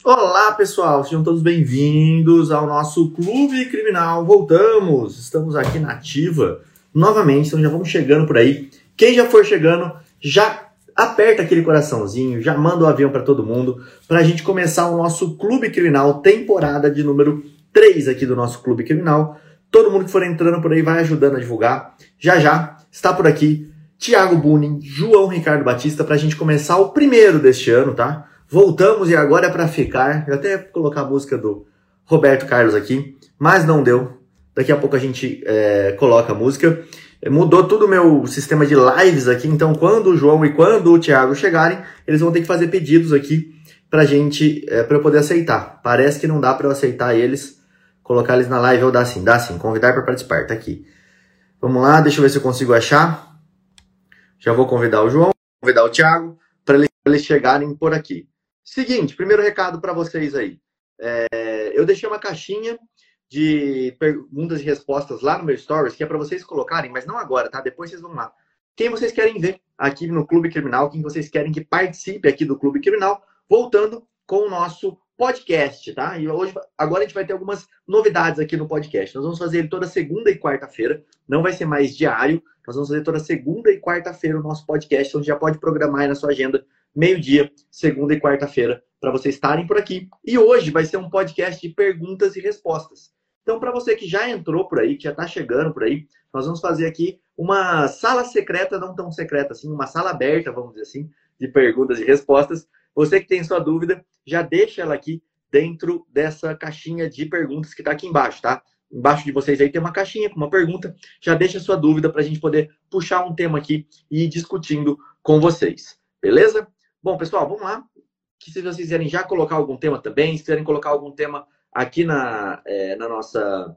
Olá, pessoal, sejam todos bem-vindos ao nosso Clube Criminal. Voltamos, estamos aqui na ativa novamente, então já vamos chegando por aí. Quem já for chegando, já aperta aquele coraçãozinho, já manda o avião para todo mundo, para a gente começar o nosso Clube Criminal, temporada de número 3 aqui do nosso Clube Criminal. Todo mundo que for entrando por aí vai ajudando a divulgar. Já está por aqui Thiago Bunin, João Ricardo Batista, para a gente começar o primeiro deste ano, tá? Voltamos e agora é para ficar. Eu até ia colocar a música do Roberto Carlos aqui, mas não deu. Daqui a pouco a gente coloca a música. Mudou todo o meu sistema de lives aqui, então quando o João e quando o Thiago chegarem, eles vão ter que fazer pedidos aqui pra gente, pra eu poder aceitar. Parece que não dá pra eu aceitar eles, colocar eles na live ou dá sim, convidar para participar, tá aqui. Vamos lá, deixa eu ver se eu consigo achar. Já vou convidar o João, convidar o Thiago, para eles chegarem por aqui. Seguinte, primeiro recado para vocês aí. Eu deixei uma caixinha de perguntas e respostas lá no meu Stories, que é para vocês colocarem, mas não agora, tá? Depois vocês vão lá. Quem vocês querem ver aqui no Clube Criminal, quem vocês querem que participe aqui do Clube Criminal, voltando com o nosso podcast, tá? E agora a gente vai ter algumas novidades aqui no podcast. Nós vamos fazer ele toda segunda e quarta-feira, não vai ser mais diário, nós vamos fazer toda segunda e quarta-feira o nosso podcast, então já pode programar aí na sua agenda, meio-dia, segunda e quarta-feira, para vocês estarem por aqui. E hoje vai ser um podcast de perguntas e respostas. Então, para você que já entrou por aí, que já está chegando por aí, nós vamos fazer aqui uma sala secreta, não tão secreta assim, uma sala aberta, vamos dizer assim, de perguntas e respostas. Você que tem sua dúvida, já deixa ela aqui dentro dessa caixinha de perguntas que está aqui embaixo, tá? Embaixo de vocês aí tem uma caixinha com uma pergunta. Já deixa sua dúvida para a gente poder puxar um tema aqui e ir discutindo com vocês. Beleza? Bom, pessoal, vamos lá. Que se vocês quiserem já colocar algum tema também, se quiserem colocar algum tema aqui na nossa...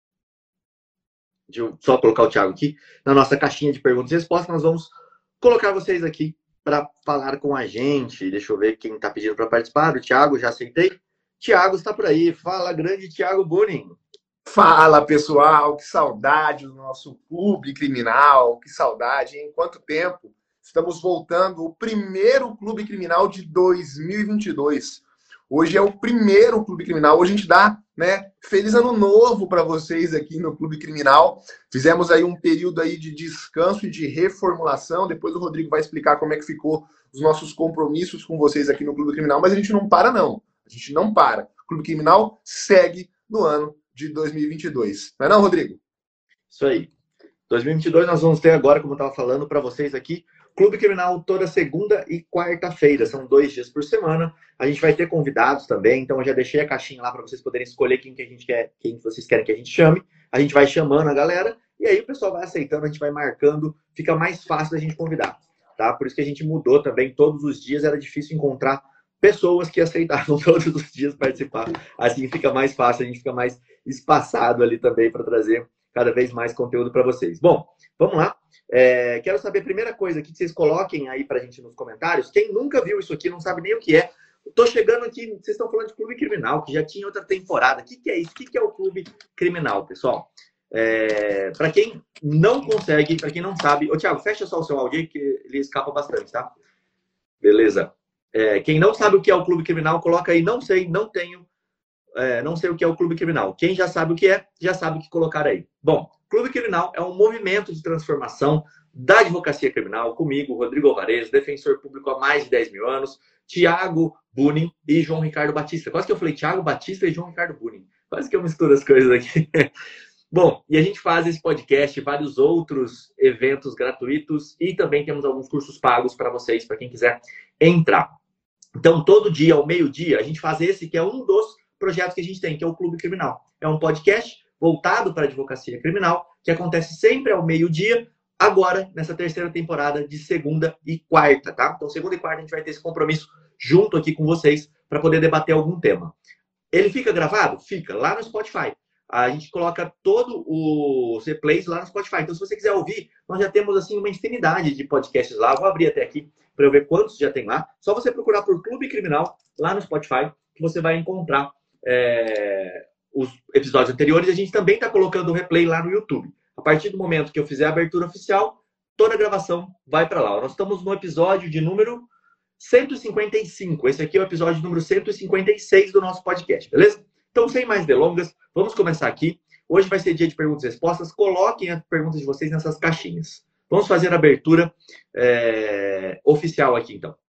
Deixa eu só colocar o Thiago aqui. Na nossa caixinha de perguntas e respostas, nós vamos colocar vocês aqui para falar com a gente. Deixa eu ver quem está pedindo para participar. O Thiago, já aceitei. Thiago está por aí. Fala, grande Thiago Bunin. Fala, pessoal. Que saudade do nosso Clube Criminal. Que saudade, hein? Quanto tempo. Estamos voltando o primeiro Clube Criminal de 2022. Hoje é o primeiro Clube Criminal. Hoje a gente dá, né, feliz ano novo para vocês aqui no Clube Criminal. Fizemos aí um período aí de descanso e de reformulação. Depois o Rodrigo vai explicar como é que ficou os nossos compromissos com vocês aqui no Clube Criminal. Mas a gente não para, não. A gente não para. O Clube Criminal segue no ano de 2022. Não é não, Rodrigo? Isso aí. 2022 nós vamos ter agora, como eu estava falando para vocês aqui, Clube Criminal toda segunda e quarta-feira. São 2 dias por semana. A gente vai ter convidados também, então eu já deixei a caixinha lá para vocês poderem escolher quem que a gente quer, quem vocês querem que a gente chame. A gente vai chamando a galera e aí o pessoal vai aceitando, a gente vai marcando, fica mais fácil da gente convidar, tá? Por isso que a gente mudou também, todos os dias era difícil encontrar pessoas que aceitavam todos os dias participar. Assim fica mais fácil, a gente fica mais espaçado ali também para trazer cada vez mais conteúdo para vocês. Bom, vamos lá. Quero saber, primeira coisa aqui, que vocês coloquem aí pra gente nos comentários. Quem nunca viu isso aqui, não sabe nem o que é. Tô chegando aqui, vocês estão falando de Clube Criminal, que já tinha outra temporada. O que é isso? O que é o Clube Criminal, pessoal? Para quem não consegue, para quem não sabe... Ô, Thiago, fecha só o seu áudio aí, que ele escapa bastante, tá? Beleza. Quem não sabe o que é o Clube Criminal, coloca aí, não sei, não tenho. Não sei o que é o Clube Criminal. Quem já sabe o que é, já sabe o que colocar aí. Bom, Clube Criminal é um movimento de transformação da advocacia criminal, comigo, Rodrigo Alvarez, defensor público há mais de 10 mil anos, Thiago Bunin e João Ricardo Batista. Quase que eu falei Thiago Batista e João Ricardo Bunin. Quase que eu misturo as coisas aqui. Bom, e a gente faz esse podcast, vários outros eventos gratuitos e também temos alguns cursos pagos para vocês, para quem quiser entrar. Então, todo dia, ao meio-dia, a gente faz esse que é um dos projetos que a gente tem, que é o Clube Criminal. É um podcast voltado para a advocacia criminal, que acontece sempre ao meio-dia, agora, nessa terceira temporada de segunda e quarta, tá? Então, segunda e quarta a gente vai ter esse compromisso junto aqui com vocês para poder debater algum tema. Ele fica gravado? Fica, lá no Spotify. A gente coloca todo o replays lá no Spotify. Então, se você quiser ouvir, nós já temos, assim, uma infinidade de podcasts lá. Vou abrir até aqui para eu ver quantos já tem lá. Só você procurar por Clube Criminal lá no Spotify, que você vai encontrar os episódios anteriores. A gente também está colocando o replay lá no YouTube. A partir do momento que eu fizer a abertura oficial, toda a gravação vai para lá. Nós estamos no episódio de número 155. Esse aqui é o episódio número 156 do nosso podcast, beleza? Então, sem mais delongas, vamos começar aqui. Hoje vai ser dia de perguntas e respostas. Coloquem as perguntas de vocês nessas caixinhas. Vamos fazer a abertura oficial aqui, então.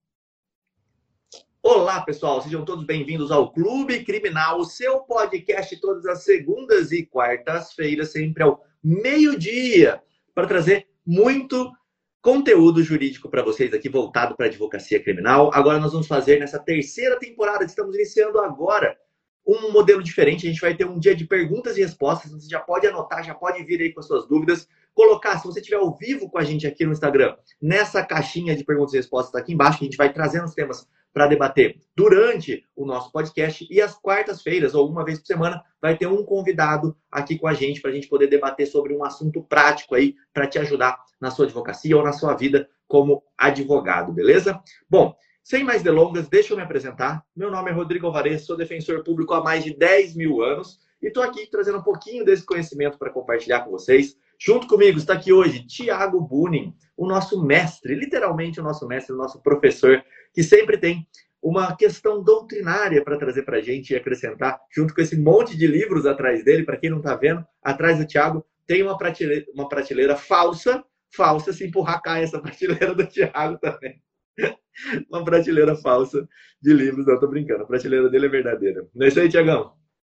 Olá, pessoal. Sejam todos bem-vindos ao Clube Criminal, o seu podcast todas as segundas e quartas-feiras, sempre ao meio-dia, para trazer muito conteúdo jurídico para vocês aqui, voltado para a advocacia criminal. Agora nós vamos fazer, nessa terceira temporada, estamos iniciando agora, um modelo diferente. A gente vai ter um dia de perguntas e respostas. Você já pode anotar, já pode vir aí com as suas dúvidas. Colocar, se você estiver ao vivo com a gente aqui no Instagram, nessa caixinha de perguntas e respostas aqui embaixo, que a gente vai trazendo os temas para debater durante o nosso podcast. E às quartas-feiras, ou uma vez por semana, vai ter um convidado aqui com a gente para a gente poder debater sobre um assunto prático aí para te ajudar na sua advocacia ou na sua vida como advogado, beleza? Bom, sem mais delongas, deixa eu me apresentar. Meu nome é Rodrigo Alvarez, sou defensor público há mais de 10 mil anos e estou aqui trazendo um pouquinho desse conhecimento para compartilhar com vocês. Junto comigo está aqui hoje Thiago Bunin, o nosso mestre, literalmente o nosso mestre, o nosso professor, que sempre tem uma questão doutrinária para trazer para a gente e acrescentar, junto com esse monte de livros atrás dele. Para quem não está vendo, atrás do Thiago tem uma prateleira falsa, se empurrar cai essa prateleira do Thiago também. Uma prateleira falsa de livros, não, tô brincando, a prateleira dele é verdadeira. Não é isso aí, Thiagão?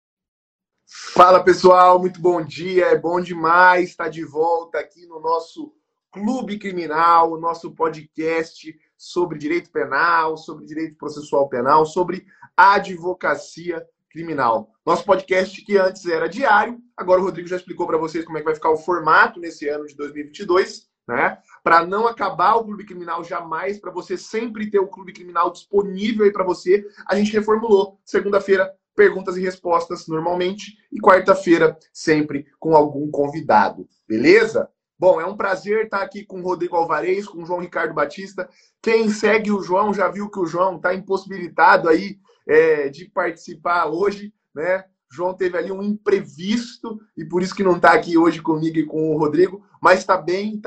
Fala, pessoal, muito bom dia, é bom demais estar de volta aqui no nosso Clube Criminal, o nosso podcast sobre direito penal, sobre direito processual penal, sobre advocacia criminal. Nosso podcast que antes era diário, agora o Rodrigo já explicou para vocês como é que vai ficar o formato nesse ano de 2022, né? Para não acabar o Clube Criminal jamais, para você sempre ter o Clube Criminal disponível aí para você, a gente reformulou. Segunda-feira, perguntas e respostas normalmente, e quarta-feira sempre com algum convidado, beleza? Bom, é um prazer estar aqui com o Rodrigo Alvarez, com o João Ricardo Batista. Quem segue o João já viu que o João está impossibilitado aí de participar hoje, né? O João teve ali um imprevisto e por isso que não está aqui hoje comigo e com o Rodrigo, mas está bem,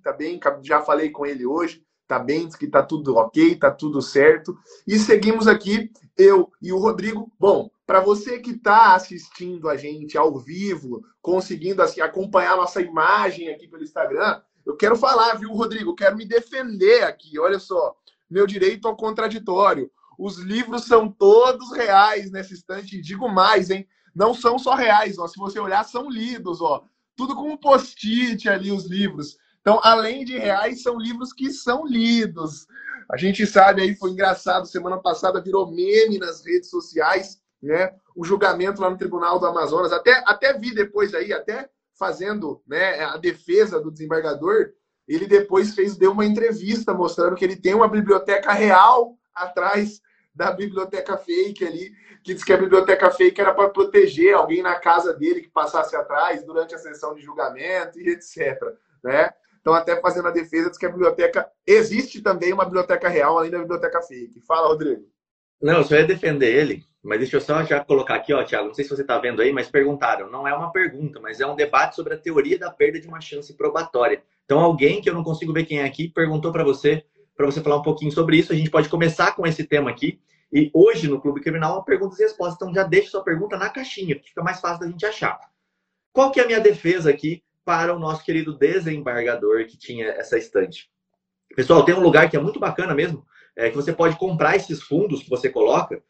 já falei com ele hoje, está bem, diz que está tudo ok, está tudo certo. E seguimos aqui, eu e o Rodrigo. Bom, para você que está assistindo a gente ao vivo, conseguindo assim, acompanhar a nossa imagem aqui pelo Instagram, eu quero falar, viu, Rodrigo? Eu quero me defender aqui, olha só, meu direito ao contraditório. Os livros são todos reais nessa estante, digo mais, hein? Não são só reais, ó. Se você olhar, são lidos, ó. Tudo com um post-it ali, os livros. Então, além de reais, são livros que são lidos. A gente sabe aí, foi engraçado, semana passada virou meme nas redes sociais, né? O julgamento lá no Tribunal do Amazonas. Até vi depois aí, até fazendo, né, a defesa do desembargador, ele depois deu uma entrevista mostrando que ele tem uma biblioteca real atrás da biblioteca fake ali, que diz que a biblioteca fake era para proteger alguém na casa dele que passasse atrás durante a sessão de julgamento e etc, né? Então, até fazendo a defesa, diz que a biblioteca... Existe também uma biblioteca real, além da biblioteca fake. Fala, Rodrigo. Não, eu só ia defender ele, mas deixa eu só já colocar aqui, ó, Thiago, não sei se você está vendo aí, mas perguntaram. Não é uma pergunta, mas é um debate sobre a teoria da perda de uma chance probatória. Então, alguém que eu não consigo ver quem é aqui, perguntou para você falar um pouquinho sobre isso. A gente pode começar com esse tema aqui. E hoje, no Clube Criminal, perguntas e respostas. Então, já deixa sua pergunta na caixinha, que fica mais fácil da gente achar. Qual que é a minha defesa aqui para o nosso querido desembargador que tinha essa estante? Pessoal, tem um lugar que é muito bacana mesmo, que você pode comprar esses fundos que você coloca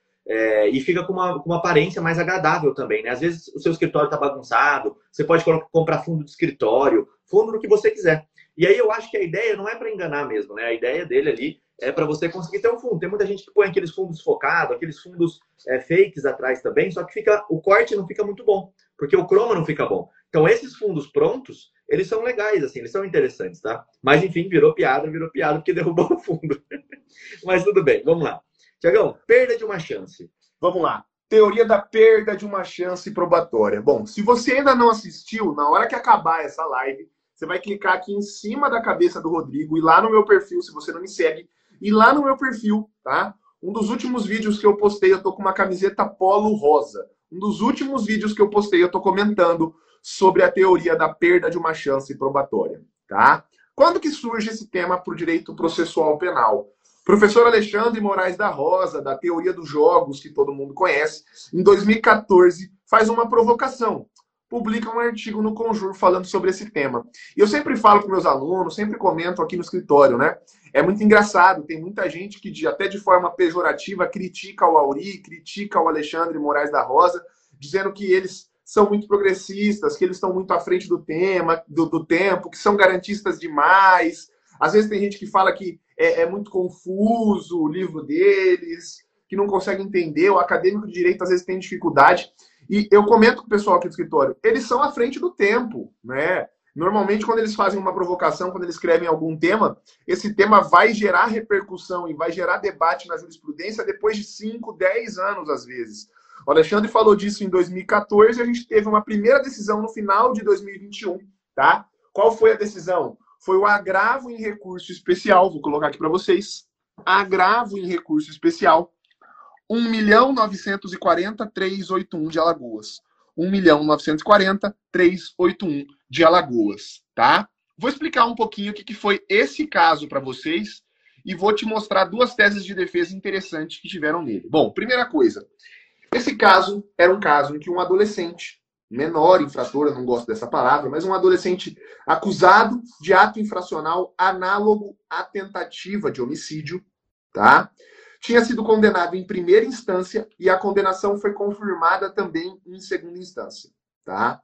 e fica com uma aparência mais agradável também, né? Às vezes o seu escritório está bagunçado, você pode comprar fundo de escritório, fundo no que você quiser. E aí eu acho que a ideia não é para enganar mesmo, né? A ideia dele ali é para você conseguir ter um fundo. Tem muita gente que põe aqueles fundos focados, aqueles fundos fakes atrás também, só que o corte não fica muito bom, porque o croma não fica bom. Então esses fundos prontos, eles são legais, assim, eles são interessantes, tá? Mas enfim, virou piada porque derrubou o fundo. Mas tudo bem, vamos lá. Tiagão, perda de uma chance. Vamos lá. Teoria da perda de uma chance probatória. Bom, se você ainda não assistiu, na hora que acabar essa live, você vai clicar aqui em cima da cabeça do Rodrigo e lá no meu perfil, se você não me segue, e lá no meu perfil, tá? Um dos últimos vídeos que eu postei, eu tô com uma camiseta polo rosa. Um dos últimos vídeos que eu postei, eu tô comentando sobre a teoria da perda de uma chance probatória, tá? Quando que surge esse tema para o direito processual penal? Professor Alexandre Moraes da Rosa, da teoria dos jogos, que todo mundo conhece, em 2014 faz uma provocação. Publica um artigo no Conjur falando sobre esse tema. E eu sempre falo para meus alunos, sempre comento aqui no escritório, né? É muito engraçado, tem muita gente que até de forma pejorativa critica o Auri, critica o Alexandre Moraes da Rosa, dizendo que eles são muito progressistas, que eles estão muito à frente do tema, do tempo, que são garantistas demais. Às vezes tem gente que fala que é muito confuso o livro deles, que não consegue entender, o acadêmico de direito às vezes tem dificuldade. E eu comento com o pessoal aqui do escritório, eles são à frente do tempo, né? Normalmente, quando eles fazem uma provocação, quando eles escrevem algum tema, esse tema vai gerar repercussão e vai gerar debate na jurisprudência depois de 5, 10 anos, às vezes. O Alexandre falou disso em 2014 e a gente teve uma primeira decisão no final de 2021, tá? Qual foi a decisão? Foi o agravo em recurso especial, vou colocar aqui para vocês. Agravo em recurso especial. 1.940.381 de Alagoas. 1.940.381 de Alagoas, tá? Vou explicar um pouquinho o que foi esse caso para vocês e vou te mostrar duas teses de defesa interessantes que tiveram nele. Bom, primeira coisa, esse caso era um caso em que um adolescente, menor infrator, eu não gosto dessa palavra, mas um adolescente acusado de ato infracional análogo à tentativa de homicídio, tá? Tinha sido condenado em primeira instância e a condenação foi confirmada também em segunda instância, tá?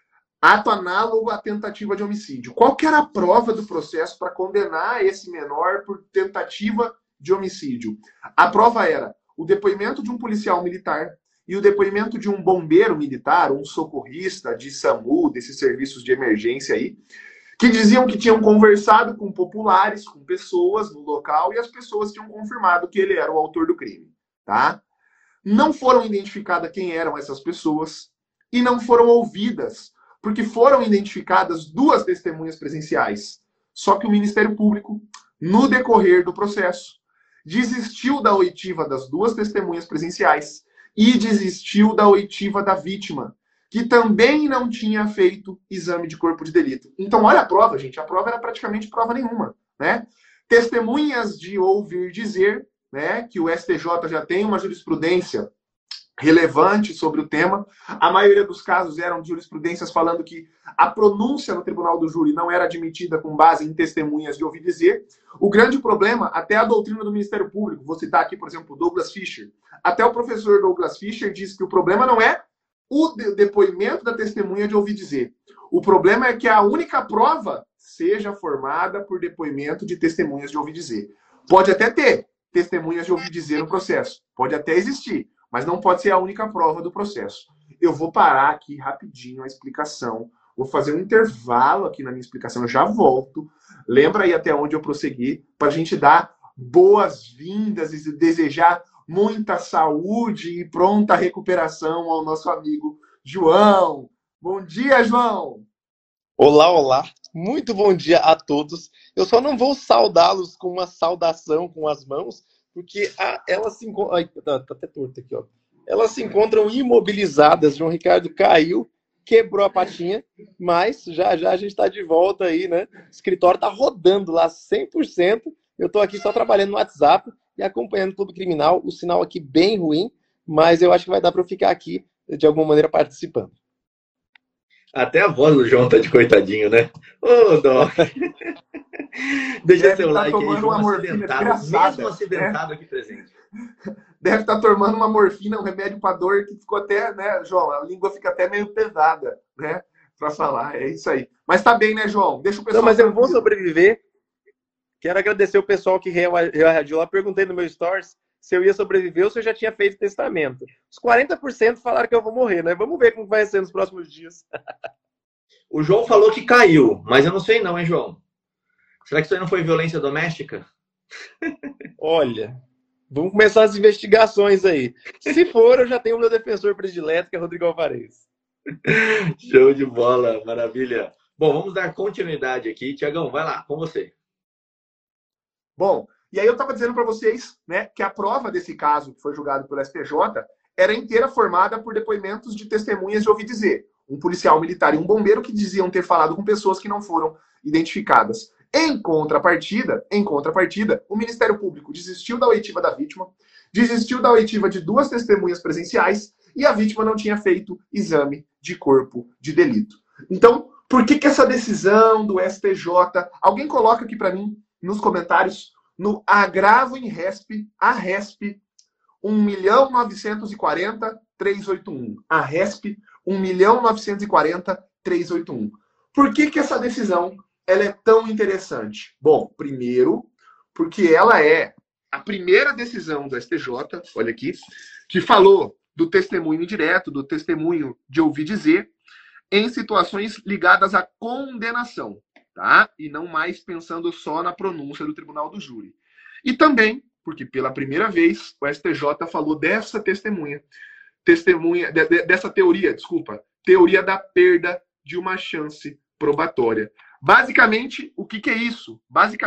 Ato análogo à tentativa de homicídio. Qual que era a prova do processo para condenar esse menor por tentativa de homicídio? A prova era o depoimento de um policial militar e o depoimento de um bombeiro militar, um socorrista de SAMU, desses serviços de emergência aí, que diziam que tinham conversado com populares, com pessoas no local, e as pessoas tinham confirmado que ele era o autor do crime, tá? Não foram identificadas quem eram essas pessoas e não foram ouvidas, porque foram identificadas duas testemunhas presenciais. Só que o Ministério Público, no decorrer do processo, desistiu da oitiva das duas testemunhas presenciais e desistiu da oitiva da vítima, que também não tinha feito exame de corpo de delito. Então, olha a prova, gente. A prova era praticamente prova nenhuma, né? Testemunhas de ouvir dizer, né, que o STJ já tem uma jurisprudência relevante sobre o tema. A maioria dos casos eram de jurisprudências falando que a pronúncia no tribunal do júri não era admitida com base em testemunhas de ouvir dizer. O grande problema, até a doutrina do Ministério Público, vou citar aqui, por exemplo, o Douglas Fischer. Até o professor Douglas Fischer diz que o problema não é o depoimento da testemunha de ouvir dizer. O problema é que a única prova seja formada por depoimento de testemunhas de ouvir dizer. Pode até ter testemunhas de ouvir dizer no processo. Pode até existir, mas não pode ser a única prova do processo. Eu vou parar aqui rapidinho a explicação. Vou fazer um intervalo aqui na minha explicação. Eu já volto. Lembra aí até onde eu prossegui para a gente dar boas-vindas e desejar muita saúde e pronta recuperação ao nosso amigo João. Bom dia, João! Olá, olá. Muito bom dia a todos. Eu só não vou saudá-los com uma saudação com as mãos, porque elas se encontram... Ai, tá até torto aqui, ó. Elas se encontram imobilizadas. João Ricardo caiu, quebrou a patinha, mas já a gente está de volta aí, né? O escritório está rodando lá 100%. Eu estou aqui só trabalhando no WhatsApp e acompanhando o Clube Criminal. O sinal aqui bem ruim, mas eu acho que vai dar para eu ficar aqui, de alguma maneira, participando. Até a voz do João tá de coitadinho, né? Ô, dó! Deixa seu like aí, João acidentado, mesmo acidentado aqui presente. Deve estar tomando uma morfina, um remédio para dor que ficou até, né, João? A língua fica até meio pesada, né? Para falar, é isso aí. Mas tá bem, né, João? Deixa o pessoal... Não, mas eu vou sobreviver. Quero agradecer o pessoal que reagiu lá. Perguntei no meu Stories se eu ia sobreviver ou se eu já tinha feito testamento. Os 40% falaram que eu vou morrer, né? Vamos ver como vai ser nos próximos dias. O João falou que caiu, mas eu não sei não, hein, João? Será que isso aí não foi violência doméstica? Olha, vamos começar as investigações aí. Se for, eu já tenho o meu defensor predileto, que é Rodrigo Alvarez. Show de bola, maravilha. Bom, vamos dar continuidade aqui. Tiagão, vai lá, com você. Bom, e aí eu estava dizendo para vocês, né, que a prova desse caso que foi julgado pelo STJ era inteira formada por depoimentos de testemunhas de ouvir dizer. Um policial militar e um bombeiro que diziam ter falado com pessoas que não foram identificadas. Em contrapartida, o Ministério Público desistiu da oitiva da vítima, desistiu da oitiva de 2 testemunhas presenciais e a vítima não tinha feito exame de corpo de delito. Então, por que essa decisão do STJ... Alguém coloca aqui para mim, nos comentários, no agravo em RESP, a RESP 1.940.381. A RESP 1.940.381. Por que essa decisão ela é tão interessante? Bom, primeiro, porque ela é a primeira decisão do STJ, olha aqui, que falou do testemunho indireto, do testemunho de ouvir dizer, em situações ligadas à condenação, tá? E não mais pensando só na pronúncia do tribunal do júri. E também, porque pela primeira vez o STJ falou dessa dessa teoria, teoria da perda de uma chance probatória. Basicamente, o que é isso?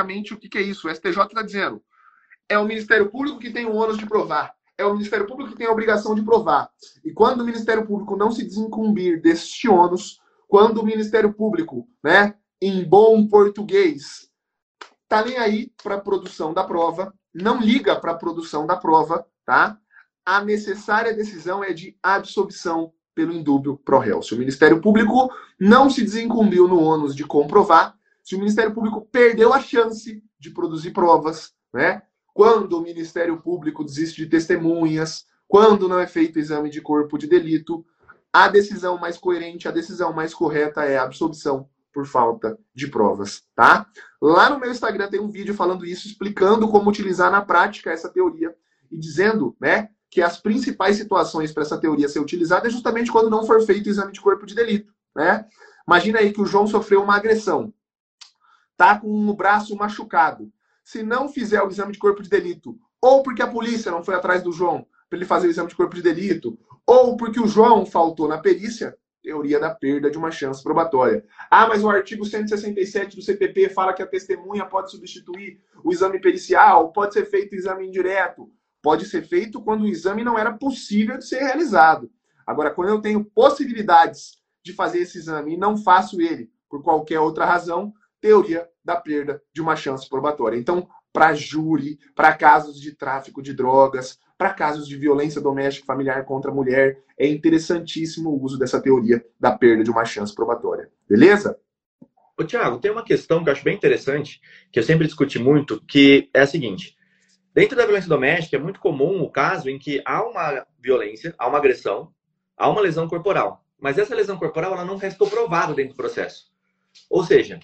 O STJ está dizendo, é o Ministério Público que tem o ônus de provar. É o Ministério Público que tem a obrigação de provar. E quando o Ministério Público não se desincumbir deste ônus, quando o Ministério Público, né, em bom português, tá nem aí para a produção da prova, não liga para a produção da prova, tá? A necessária decisão é de absolvição pelo indúbio pro réu. Se o Ministério Público não se desincumbiu no ônus de comprovar, se o Ministério Público perdeu a chance de produzir provas, né? Quando o Ministério Público desiste de testemunhas, quando não é feito exame de corpo de delito, a decisão mais coerente, a decisão mais correta é a absolvição por falta de provas, tá? Lá no meu Instagram tem um vídeo falando isso, explicando como utilizar na prática essa teoria e dizendo, né, que as principais situações para essa teoria ser utilizada é justamente quando não for feito o exame de corpo de delito, né? Imagina aí que o João sofreu uma agressão, tá com o braço machucado. Se não fizer o exame de corpo de delito, ou porque a polícia não foi atrás do João para ele fazer o exame de corpo de delito, ou porque o João faltou na perícia, teoria da perda de uma chance probatória. Ah, mas o artigo 167 do CPP fala que a testemunha pode substituir o exame pericial, pode ser feito o exame indireto. Pode ser feito quando o exame não era possível de ser realizado. Agora, quando eu tenho possibilidades de fazer esse exame e não faço ele por qualquer outra razão, teoria da perda de uma chance probatória. Então, para júri, para casos de tráfico de drogas, para casos de violência doméstica e familiar contra a mulher, é interessantíssimo o uso dessa teoria da perda de uma chance probatória. Beleza? Ô, Thiago, tem uma questão que eu acho bem interessante, que eu sempre discuti muito, que é a seguinte. Dentro da violência doméstica, é muito comum o caso em que há uma violência, há uma agressão, há uma lesão corporal. Mas essa lesão corporal ela não restou provada dentro do processo. Ou seja,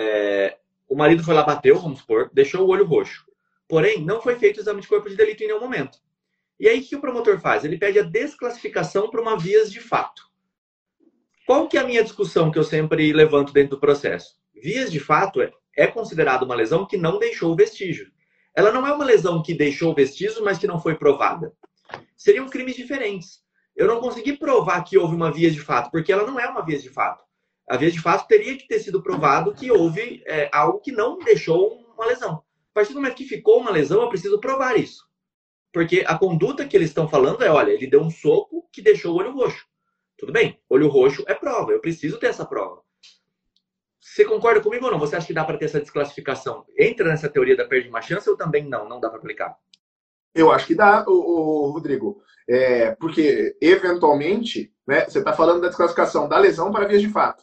o marido foi lá, bateu, vamos supor, deixou o olho roxo. Porém, não foi feito o exame de corpo de delito em nenhum momento. E aí, o que o promotor faz? Ele pede a desclassificação para uma vias de fato. Qual que é a minha discussão que eu sempre levanto dentro do processo? Vias de fato é considerado uma lesão que não deixou vestígio. Ela não é uma lesão que deixou vestígio, mas que não foi provada. Seriam crimes diferentes. Eu não consegui provar que houve uma via de fato, porque ela não é uma via de fato. A via de fato teria que ter sido provado que houve algo que não deixou uma lesão. A partir do momento que ficou uma lesão, eu preciso provar isso. Porque a conduta que eles estão falando é, olha, ele deu um soco que deixou o olho roxo. Tudo bem, olho roxo é prova, eu preciso ter essa prova. Você concorda comigo ou não? Você acha que dá para ter essa desclassificação? Entra nessa teoria da perda de uma chance ou também não dá para aplicar? Eu acho que dá, Rodrigo. Porque, eventualmente, né, você está falando da desclassificação da lesão para vias de fato.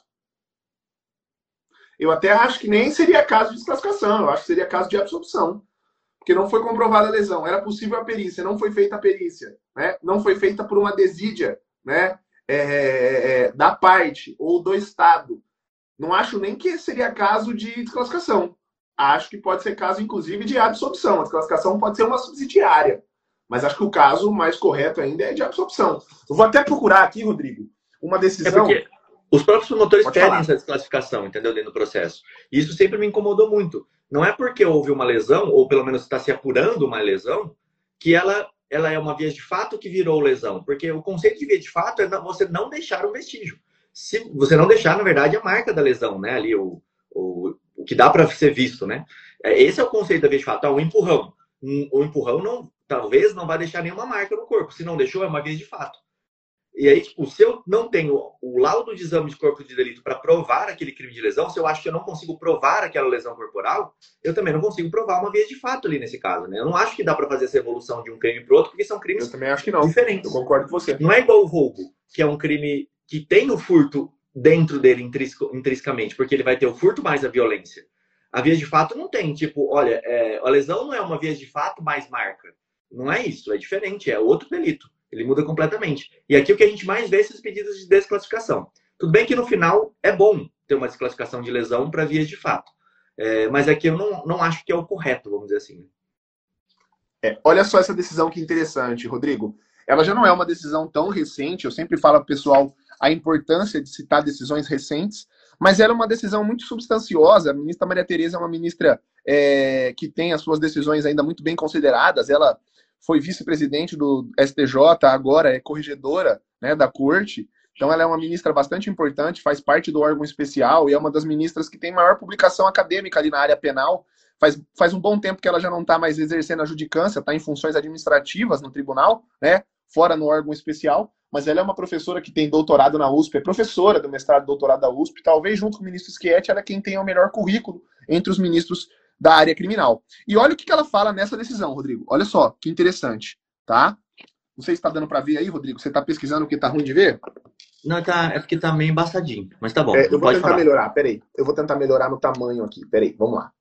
Eu até acho que nem seria caso de desclassificação, eu acho que seria caso de absolução. Porque não foi comprovada a lesão, era possível a perícia, não foi feita a perícia, né? Não foi feita por uma desídia, né, da parte ou do Estado. Não acho nem que seria caso de desclassificação. Acho que pode ser caso, inclusive, de absolução. A desclassificação pode ser uma subsidiária. Mas acho que o caso mais correto ainda é de absolução. Eu vou até procurar aqui, Rodrigo, uma decisão... Porque os próprios promotores pedem essa desclassificação, entendeu? Dentro do processo. E isso sempre me incomodou muito. Não é porque houve uma lesão, ou pelo menos está se apurando uma lesão, que ela é uma via de fato que virou lesão. Porque o conceito de via de fato é você não deixar um vestígio. Se você não deixar, na verdade, a marca da lesão, né? Ali, o que dá para ser visto, né? Esse é o conceito da via de fato. O empurrão. O empurrão talvez não vai deixar nenhuma marca no corpo. Se não deixou, é uma via de fato. E aí, tipo, se eu não tenho o laudo de exame de corpo de delito para provar aquele crime de lesão, se eu acho que eu não consigo provar aquela lesão corporal, eu também não consigo provar uma via de fato ali nesse caso, né? Eu não acho que dá para fazer essa evolução de um crime para outro, porque são crimes Eu também acho que não. diferentes. Eu concordo com você. Não é igual o roubo, que é um crime que tem o furto dentro dele intrinsecamente, porque ele vai ter o furto mais a violência. A via de fato não tem, tipo, olha, a lesão não é uma via de fato mais marca. Não é isso, é diferente, é outro delito. Ele muda completamente. E aqui o que a gente mais vê é esses pedidos de desclassificação. Tudo bem que no final é bom ter uma desclassificação de lesão para vias de fato. Mas aqui eu não acho que é o correto, vamos dizer assim. Olha só essa decisão que interessante, Rodrigo. Ela já não é uma decisão tão recente, eu sempre falo para o pessoal a importância de citar decisões recentes, mas ela é uma decisão muito substanciosa. A ministra Maria Tereza é uma ministra que tem as suas decisões ainda muito bem consideradas. Ela foi vice-presidente do STJ, agora é corregedora, né, da corte. Então ela é uma ministra bastante importante, faz parte do órgão especial e é uma das ministras que tem maior publicação acadêmica ali na área penal. Faz um bom tempo que ela já não está mais exercendo a judicância, está em funções administrativas no tribunal, né, fora no órgão especial, mas ela é uma professora que tem doutorado na USP, é professora do mestrado e doutorado da USP, talvez junto com o ministro Schietti, ela é quem tem o melhor currículo entre os ministros da área criminal. E olha o que ela fala nessa decisão, Rodrigo. Olha só, que interessante, tá? Não sei se está dando para ver aí, Rodrigo. Você está pesquisando o que está ruim de ver? Não, é porque tá meio embaçadinho, mas tá bom. Eu vou tentar melhorar, peraí. Eu vou tentar melhorar no tamanho aqui, peraí, vamos lá.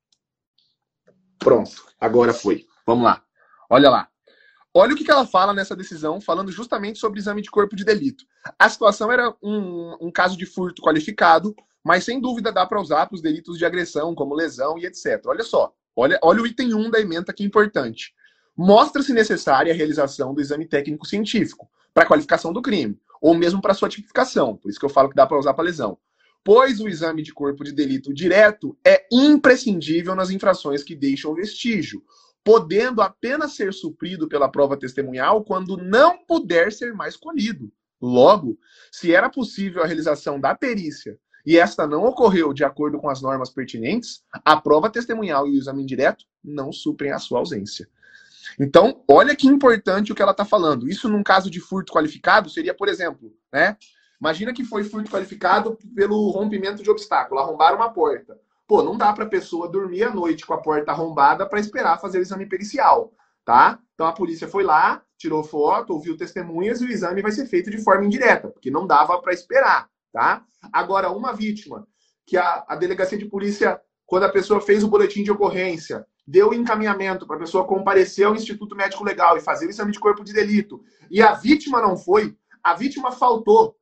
Pronto, agora foi. Vamos lá. Olha lá. Olha o que ela fala nessa decisão, falando justamente sobre exame de corpo de delito. A situação era um caso de furto qualificado, mas sem dúvida dá para usar para os delitos de agressão, como lesão e etc. Olha só, olha o item 1 da ementa que é importante. Mostra-se necessária a realização do exame técnico científico para a qualificação do crime, ou mesmo para sua tipificação, por isso que eu falo que dá para usar para lesão. Pois o exame de corpo de delito direto é imprescindível nas infrações que deixam vestígio, podendo apenas ser suprido pela prova testemunhal quando não puder ser mais colhido. Logo, se era possível a realização da perícia e esta não ocorreu de acordo com as normas pertinentes, a prova testemunhal e o exame indireto não suprem a sua ausência. Então, olha que importante o que ela está falando. Isso num caso de furto qualificado seria, por exemplo, né? Imagina que foi furto qualificado pelo rompimento de obstáculo, arrombaram uma porta. Pô, não dá para a pessoa dormir à noite com a porta arrombada para esperar fazer o exame pericial, tá? Então a polícia foi lá, tirou foto, ouviu testemunhas e o exame vai ser feito de forma indireta, porque não dava para esperar, tá? Agora, uma vítima que a delegacia de polícia, quando a pessoa fez o boletim de ocorrência, deu encaminhamento para a pessoa comparecer ao Instituto Médico Legal e fazer o exame de corpo de delito, e a vítima não foi, a vítima faltou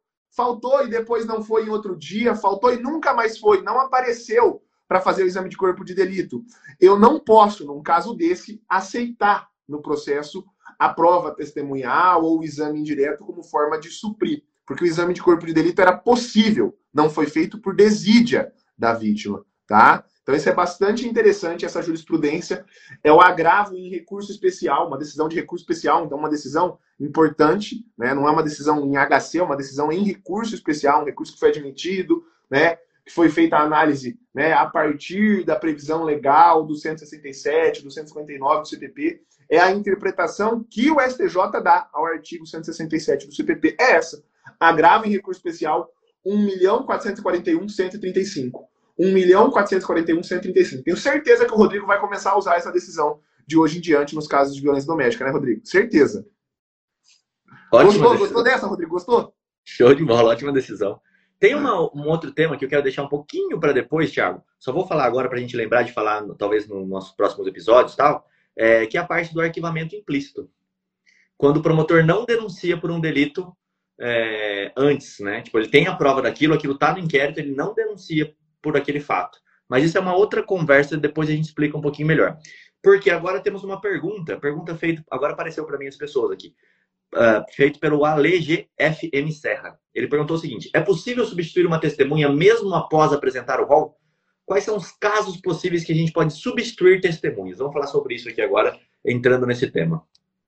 e depois não foi em outro dia, faltou e nunca mais foi, não apareceu para fazer o exame de corpo de delito. Eu não posso, num caso desse, aceitar no processo a prova testemunhal ou o exame indireto como forma de suprir, porque o exame de corpo de delito era possível, não foi feito por desídia da vítima, tá? Então isso é bastante interessante, essa jurisprudência. É o agravo em recurso especial, uma decisão de recurso especial, então uma decisão importante, né? Não é uma decisão em HC, é uma decisão em recurso especial, um recurso que foi admitido, né? Que foi feita a análise, né, a partir da previsão legal do 167, do 159 do CPP. É a interpretação que o STJ dá ao artigo 167 do CPP. É essa. Agravo em recurso especial 1.441.135. 1.441.135. Tenho certeza que o Rodrigo vai começar a usar essa decisão de hoje em diante nos casos de violência doméstica, né, Rodrigo? Certeza. Gostou dessa, Rodrigo? Gostou? Show de bola, ótima decisão. Tem um outro tema que eu quero deixar um pouquinho para depois, Thiago. Só vou falar agora para a gente lembrar de falar, talvez, nos nossos próximos episódios, tal, que é a parte do arquivamento implícito. Quando o promotor não denuncia por um delito antes, né? Tipo, ele tem a prova daquilo, aquilo está no inquérito, ele não denuncia por aquele fato. Mas isso é uma outra conversa, depois a gente explica um pouquinho melhor. Porque agora temos uma pergunta feita, agora apareceu para mim as pessoas aqui. Feito pelo AleGFM Serra. Ele perguntou o seguinte: é possível substituir uma testemunha mesmo após apresentar o rol? Quais são os casos possíveis que a gente pode substituir testemunhas? Vamos falar sobre isso aqui agora, entrando nesse tema.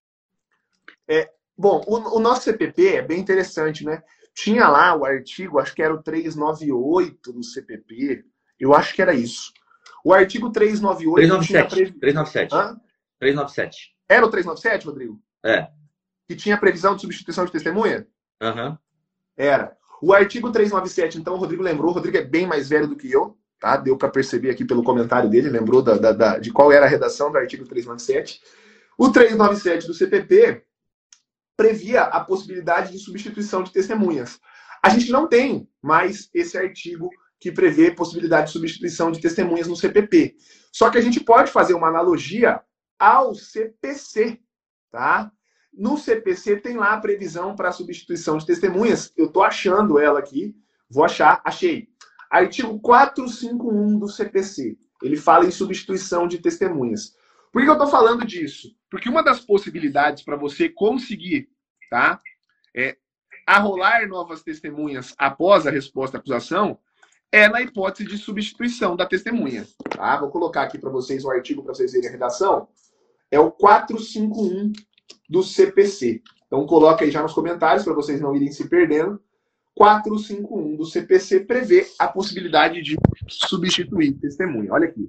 Bom, o nosso CPP é bem interessante, né? Tinha lá o artigo, acho que era o 398 do CPP, eu acho que era isso. O artigo 398... 397. Hã? 397. Era o 397, Rodrigo? É. Que tinha previsão de substituição de testemunha? Aham. Era. O artigo 397, então, o Rodrigo lembrou. O Rodrigo é bem mais velho do que eu, tá? Deu para perceber aqui pelo comentário dele, lembrou de qual era a redação do artigo 397. O 397 do CPP previa a possibilidade de substituição de testemunhas. A gente não tem mais esse artigo que prevê possibilidade de substituição de testemunhas no CPP. Só que a gente pode fazer uma analogia ao CPC, tá? No CPC tem lá a previsão para substituição de testemunhas. Eu estou achando ela aqui. Vou achar. Achei. Artigo 451 do CPC. Ele fala em substituição de testemunhas. Por que eu estou falando disso? Porque uma das possibilidades para você conseguir, tá, arrolar novas testemunhas após a resposta à acusação é na hipótese de substituição da testemunha. Tá? Vou colocar aqui para vocês o artigo para vocês verem a redação. É o 451 do CPC. Então coloca aí já nos comentários para vocês não irem se perdendo. 451 do CPC prevê a possibilidade de substituir testemunha. Olha aqui.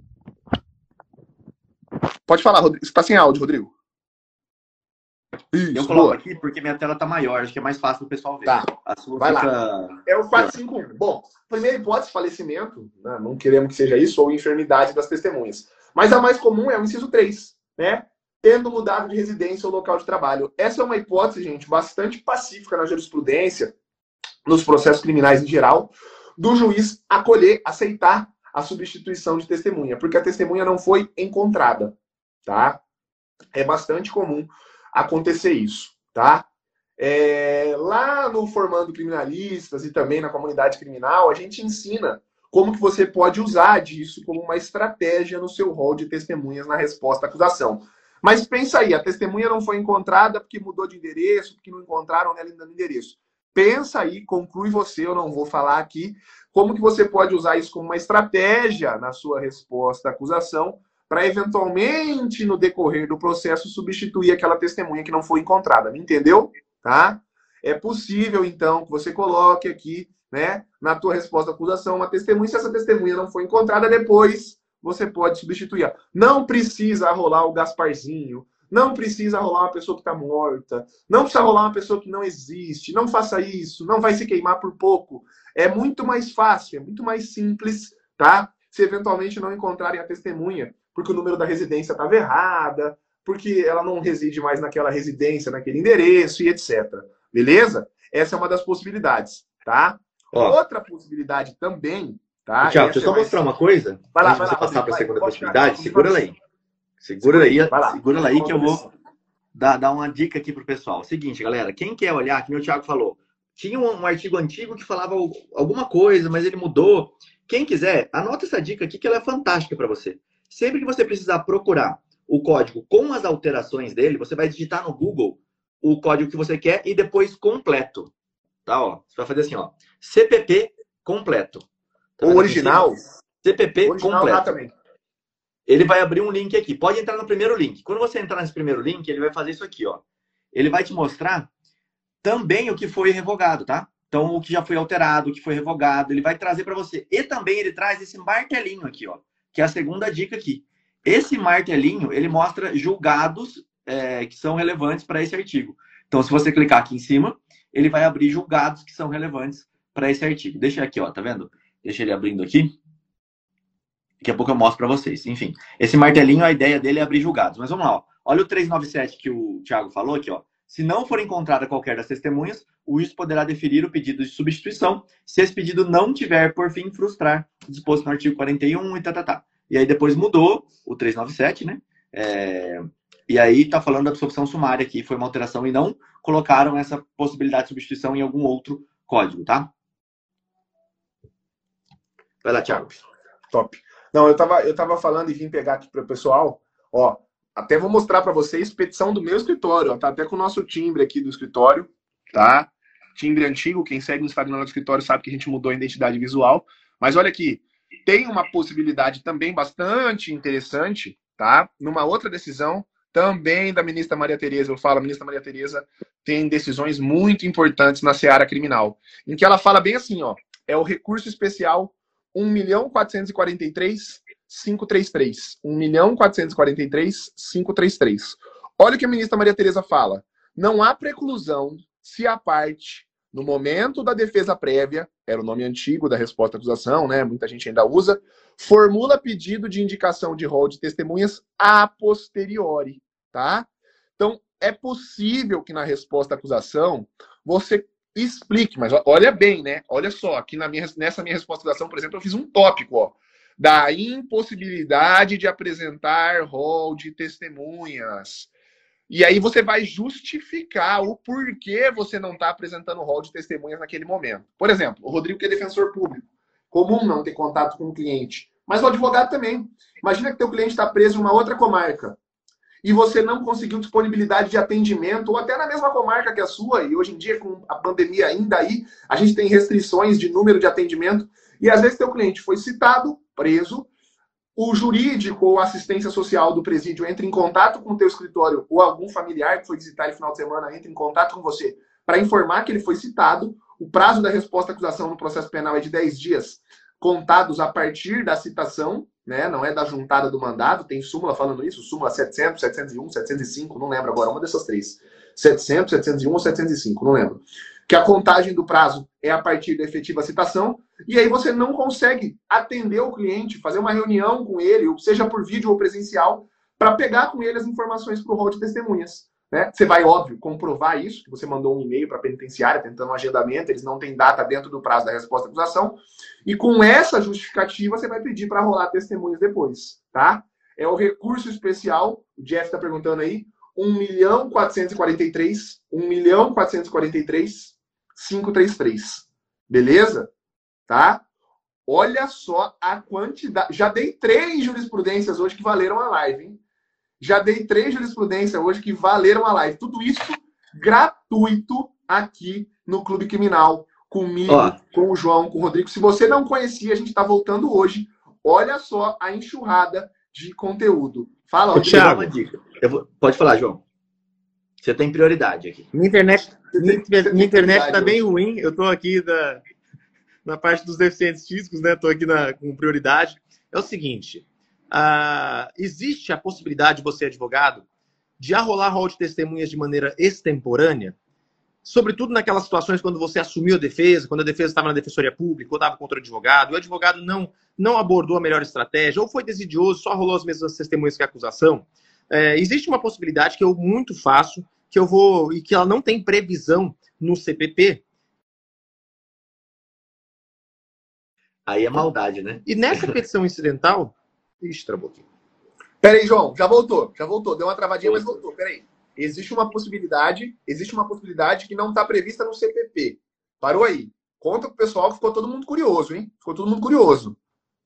Pode falar, Rodrigo. Você está sem áudio, Rodrigo. Isso, eu coloco aqui porque minha tela está maior, acho que é mais fácil do pessoal ver. Tá, a sua vai fica... lá. É o 451. Bom, primeira hipótese, falecimento, né? Não queremos que seja isso, ou enfermidade das testemunhas. Mas a mais comum é o inciso 3, né? Tendo mudado de residência ou local de trabalho. Essa é uma hipótese, gente, bastante pacífica na jurisprudência, nos processos criminais em geral, do juiz acolher, aceitar a substituição de testemunha, porque a testemunha não foi encontrada, tá? É bastante comum acontecer isso, tá? Lá no Formando Criminalistas e também na comunidade criminal, a gente ensina como que você pode usar disso como uma estratégia no seu rol de testemunhas na resposta à acusação. Mas pensa aí, a testemunha não foi encontrada porque mudou de endereço, porque não encontraram ela ainda no endereço. Pensa aí, conclui você, eu não vou falar aqui, como que você pode usar isso como uma estratégia na sua resposta à acusação para eventualmente, no decorrer do processo, substituir aquela testemunha que não foi encontrada. Me entendeu? Tá? É possível, então, que você coloque aqui, né, na tua resposta à acusação, uma testemunha. Se essa testemunha não foi encontrada, depois você pode substituir. Não precisa rolar o Gasparzinho, não precisa rolar uma pessoa que está morta, não precisa rolar uma pessoa que não existe, não faça isso, não vai se queimar por pouco. É muito mais fácil, é muito mais simples, tá? Se eventualmente não encontrarem a testemunha, porque o número da residência estava errada, porque ela não reside mais naquela residência, naquele endereço e etc. Beleza? Essa é uma das possibilidades, tá? Ó, outra possibilidade também, tá? Tiago, deixa eu só mostrar uma coisa. Vai lá, antes de vai você lá, passar para a segunda pode possibilidade, ficar, segura ela aí. Segura ela aí que eu vou começar. dar uma dica aqui pro pessoal. Seguinte, galera, quem quer olhar, que o Thiago falou, tinha um artigo antigo que falava alguma coisa, mas ele mudou. Quem quiser, anota essa dica aqui que ela é fantástica para você. Sempre que você precisar procurar o código com as alterações dele, você vai digitar no Google o código que você quer e depois completo. Tá, ó. Você vai fazer assim, ó. CPP completo. Tá, O original. CPP original completo. Lá também. Ele vai abrir um link aqui. Pode entrar no primeiro link. Quando você entrar nesse primeiro link, ele vai fazer isso aqui, ó. Ele vai te mostrar também o que foi revogado, tá? Então, o que já foi alterado, o que foi revogado, ele vai trazer para você. E também ele traz esse martelinho aqui, ó, que é a segunda dica aqui. Esse martelinho, ele mostra julgados que são relevantes para esse artigo. Então, se você clicar aqui em cima, ele vai abrir julgados que são relevantes para esse artigo. Deixa aqui, ó, tá vendo? Deixa ele abrindo aqui. Daqui a pouco eu mostro para vocês. Enfim, esse martelinho, a ideia dele é abrir julgados. Mas vamos lá, ó. Olha o 397 que o Thiago falou aqui, ó. Se não for encontrada qualquer das testemunhas, o juiz poderá deferir o pedido de substituição se esse pedido não tiver, por fim, frustrar o disposto no artigo 41 e tá. E aí depois mudou o 397, né? E aí tá falando da dissolução sumária aqui, foi uma alteração e não colocaram essa possibilidade de substituição em algum outro código, tá? Vai lá, Thiago. Top. Não, eu tava falando e vim pegar aqui para o pessoal, ó. Até vou mostrar para vocês petição do meu escritório, ó, tá até com o nosso timbre aqui do escritório, tá? Timbre antigo, quem segue no Instagram do escritório sabe que a gente mudou a identidade visual. Mas olha aqui, tem uma possibilidade também bastante interessante, tá? Numa outra decisão, também da ministra Maria Tereza, a ministra Maria Tereza tem decisões muito importantes na seara criminal, em que ela fala bem assim, ó, é o recurso especial 1.443.533. 1.443.533. Olha o que a ministra Maria Tereza fala. Não há preclusão se a parte no momento da defesa prévia, era o nome antigo da resposta à acusação, né? Muita gente ainda usa, formula pedido de indicação de rol de testemunhas a posteriori, tá? Então, é possível que na resposta à acusação você explique, mas olha bem, né? Olha só, aqui nessa minha resposta à acusação, por exemplo, eu fiz um tópico, ó, da impossibilidade de apresentar rol de testemunhas. E aí você vai justificar o porquê você não está apresentando rol de testemunhas naquele momento. Por exemplo, o Rodrigo, que é defensor público. Comum não ter contato com o cliente. Mas o advogado também. Imagina que teu cliente está preso em uma outra comarca e você não conseguiu disponibilidade de atendimento, ou até na mesma comarca que a sua, e hoje em dia, com a pandemia ainda aí, a gente tem restrições de número de atendimento, e às vezes teu cliente foi citado, preso, o jurídico ou assistência social do presídio entra em contato com o teu escritório, ou algum familiar que foi visitar ele no final de semana entra em contato com você para informar que ele foi citado. O prazo da resposta à acusação no processo penal é de 10 dias, contados a partir da citação, né? Não é da juntada do mandado, tem súmula falando isso, súmula 700, 701, 705, não lembro agora, uma dessas três. 700, 701 ou 705, não lembro. Que a contagem do prazo é a partir da efetiva citação, e aí você não consegue atender o cliente, fazer uma reunião com ele, seja por vídeo ou presencial, para pegar com ele as informações para o rol de testemunhas. Né? Você vai, óbvio, comprovar isso, que você mandou um e-mail para a penitenciária tentando um agendamento, eles não têm data dentro do prazo da resposta à acusação, e com essa justificativa você vai pedir para rolar testemunhas depois. Tá? É o recurso especial, o Jeff está perguntando aí, 1.443.533. Beleza? Tá? Olha só a quantidade. Já dei 3 jurisprudências hoje que valeram a live, hein? Já dei 3 jurisprudências hoje que valeram a live. Tudo isso gratuito aqui no Clube Criminal. Comigo, com o João, com o Rodrigo. Se você não conhecia, a gente está voltando hoje. Olha só a enxurrada de conteúdo. Fala, Rodrigo. Thiago, uma dica. Pode falar, João. Você tem prioridade aqui. Minha internet tá bem ruim. Eu tô aqui na parte dos deficientes físicos, né? Tô aqui com prioridade. É o seguinte. Existe a possibilidade, você advogado, de arrolar rol de testemunhas de maneira extemporânea, sobretudo naquelas situações quando você assumiu a defesa, quando a defesa estava na defensoria pública, ou estava contra o advogado, e o advogado não abordou a melhor estratégia, ou foi desidioso, só rolou as mesmas testemunhas que a acusação. Existe uma possibilidade que eu muito faço, e que ela não tem previsão no CPP. Aí é maldade, né? E nessa petição incidental... Ixi, travou aqui. Peraí, João, já voltou. Deu uma travadinha, mas voltou. Peraí. Existe uma possibilidade que não está prevista no CPP. Parou aí. Conta pro pessoal, ficou todo mundo curioso, hein? Ficou todo mundo curioso.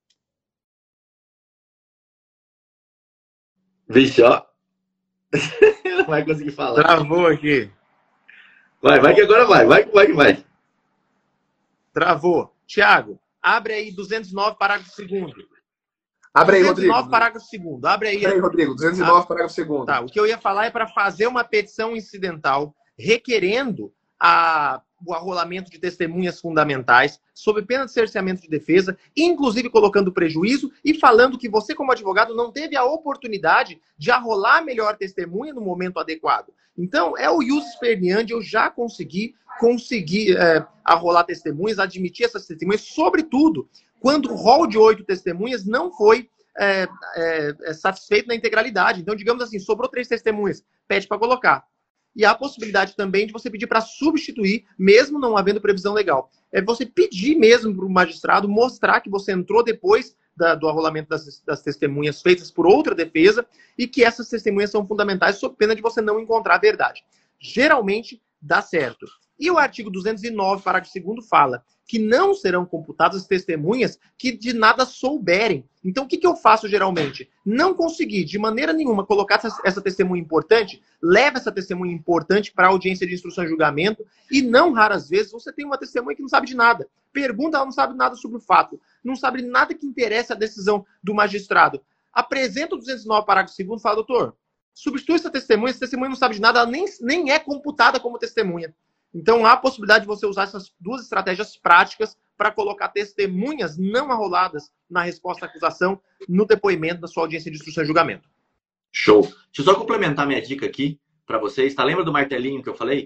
Vixe, ó. Não vai conseguir falar. Travou aqui. Vai que agora vai. Vai que vai. Travou. Tiago, abre aí 209, parágrafo 2º. Abre aí, Rodrigo. 209, parágrafo 2º. Abre aí, Rodrigo. 209, parágrafo 2º. Tá, o que eu ia falar é para fazer uma petição incidental requerendo o arrolamento de testemunhas fundamentais, sob pena de cerceamento de defesa, inclusive colocando prejuízo e falando que você, como advogado, não teve a oportunidade de arrolar a melhor testemunha no momento adequado. Então, é o ius perniandi, eu já consegui arrolar testemunhas, admitir essas testemunhas, sobretudo quando o rol de 8 testemunhas não foi satisfeito na integralidade. Então, digamos assim, sobrou 3 testemunhas, pede para colocar. E há a possibilidade também de você pedir para substituir, mesmo não havendo previsão legal. É você pedir mesmo para o magistrado mostrar que você entrou depois do arrolamento das testemunhas feitas por outra defesa e que essas testemunhas são fundamentais sob pena de você não encontrar a verdade. Geralmente, dá certo. E o artigo 209, parágrafo 2º, fala que não serão computadas as testemunhas que de nada souberem. Então, o que eu faço geralmente? Não consegui, de maneira nenhuma, colocar essa testemunha importante, leva essa testemunha importante para a audiência de instrução e julgamento, e não raras vezes você tem uma testemunha que não sabe de nada. Pergunta, ela não sabe nada sobre o fato, não sabe nada que interessa a decisão do magistrado. Apresenta o 209, parágrafo 2º, fala, doutor, substitui essa testemunha não sabe de nada, ela nem é computada como testemunha. Então, há a possibilidade de você usar essas 2 estratégias práticas para colocar testemunhas não arroladas na resposta à acusação no depoimento da sua audiência de instrução e julgamento. Show. Deixa eu só complementar minha dica aqui para vocês. Tá? Lembra do martelinho que eu falei?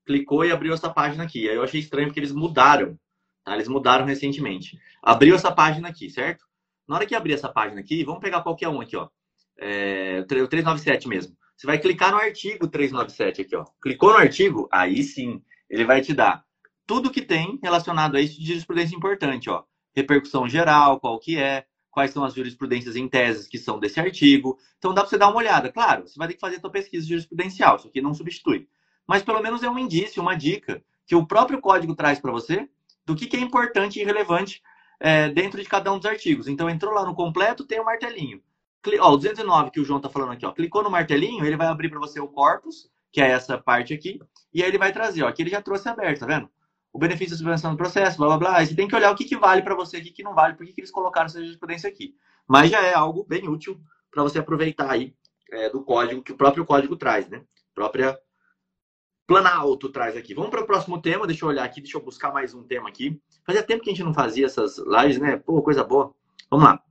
clicou e abriu essa página aqui. Aí eu achei estranho porque eles mudaram, tá? Eles mudaram recentemente. Abriu essa página aqui, certo? Na hora que abrir essa página aqui, vamos pegar qualquer um aqui, ó. O 397 mesmo. Você vai clicar no artigo 397 aqui, ó. Clicou no artigo, aí sim, ele vai te dar tudo que tem relacionado a isso de jurisprudência importante, ó. Repercussão geral, qual que é, quais são as jurisprudências em teses que são desse artigo. Então dá para você dar uma olhada. Claro, você vai ter que fazer a sua pesquisa jurisprudencial, isso aqui não substitui. Mas pelo menos é um indício, uma dica que o próprio código traz para você do que é importante e relevante dentro de cada um dos artigos. Então entrou lá no completo, tem o martelinho. Ó, o 209 que o João tá falando aqui, ó. Clicou no martelinho, ele vai abrir para você o corpus, que é essa parte aqui, e aí ele vai trazer, ó. Aqui ele já trouxe aberto, tá vendo? O benefício da subvenção do processo, blá, blá, blá. Aí você tem que olhar o que vale para você, o que não vale, por que eles colocaram essa jurisprudência aqui. Mas já é algo bem útil para você aproveitar aí do código, que o próprio código traz, né? A própria Planalto traz aqui. Vamos para o próximo tema, deixa eu olhar aqui, deixa eu buscar mais um tema aqui. Fazia tempo que a gente não fazia essas lives, né? Pô, coisa boa. Vamos lá.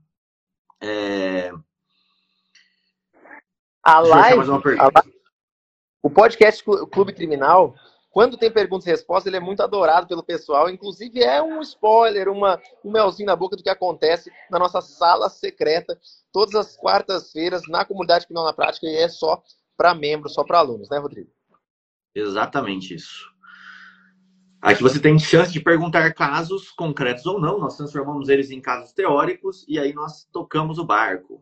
A live, o podcast Clube Criminal, quando tem perguntas e respostas, ele é muito adorado pelo pessoal. Inclusive, é um spoiler, um melzinho na boca do que acontece na nossa sala secreta, todas as quartas-feiras, na comunidade Criminal na Prática, e é só para membros, só para alunos, né, Rodrigo? Exatamente isso. Aqui você tem chance de perguntar casos concretos ou não. Nós transformamos eles em casos teóricos e aí nós tocamos o barco.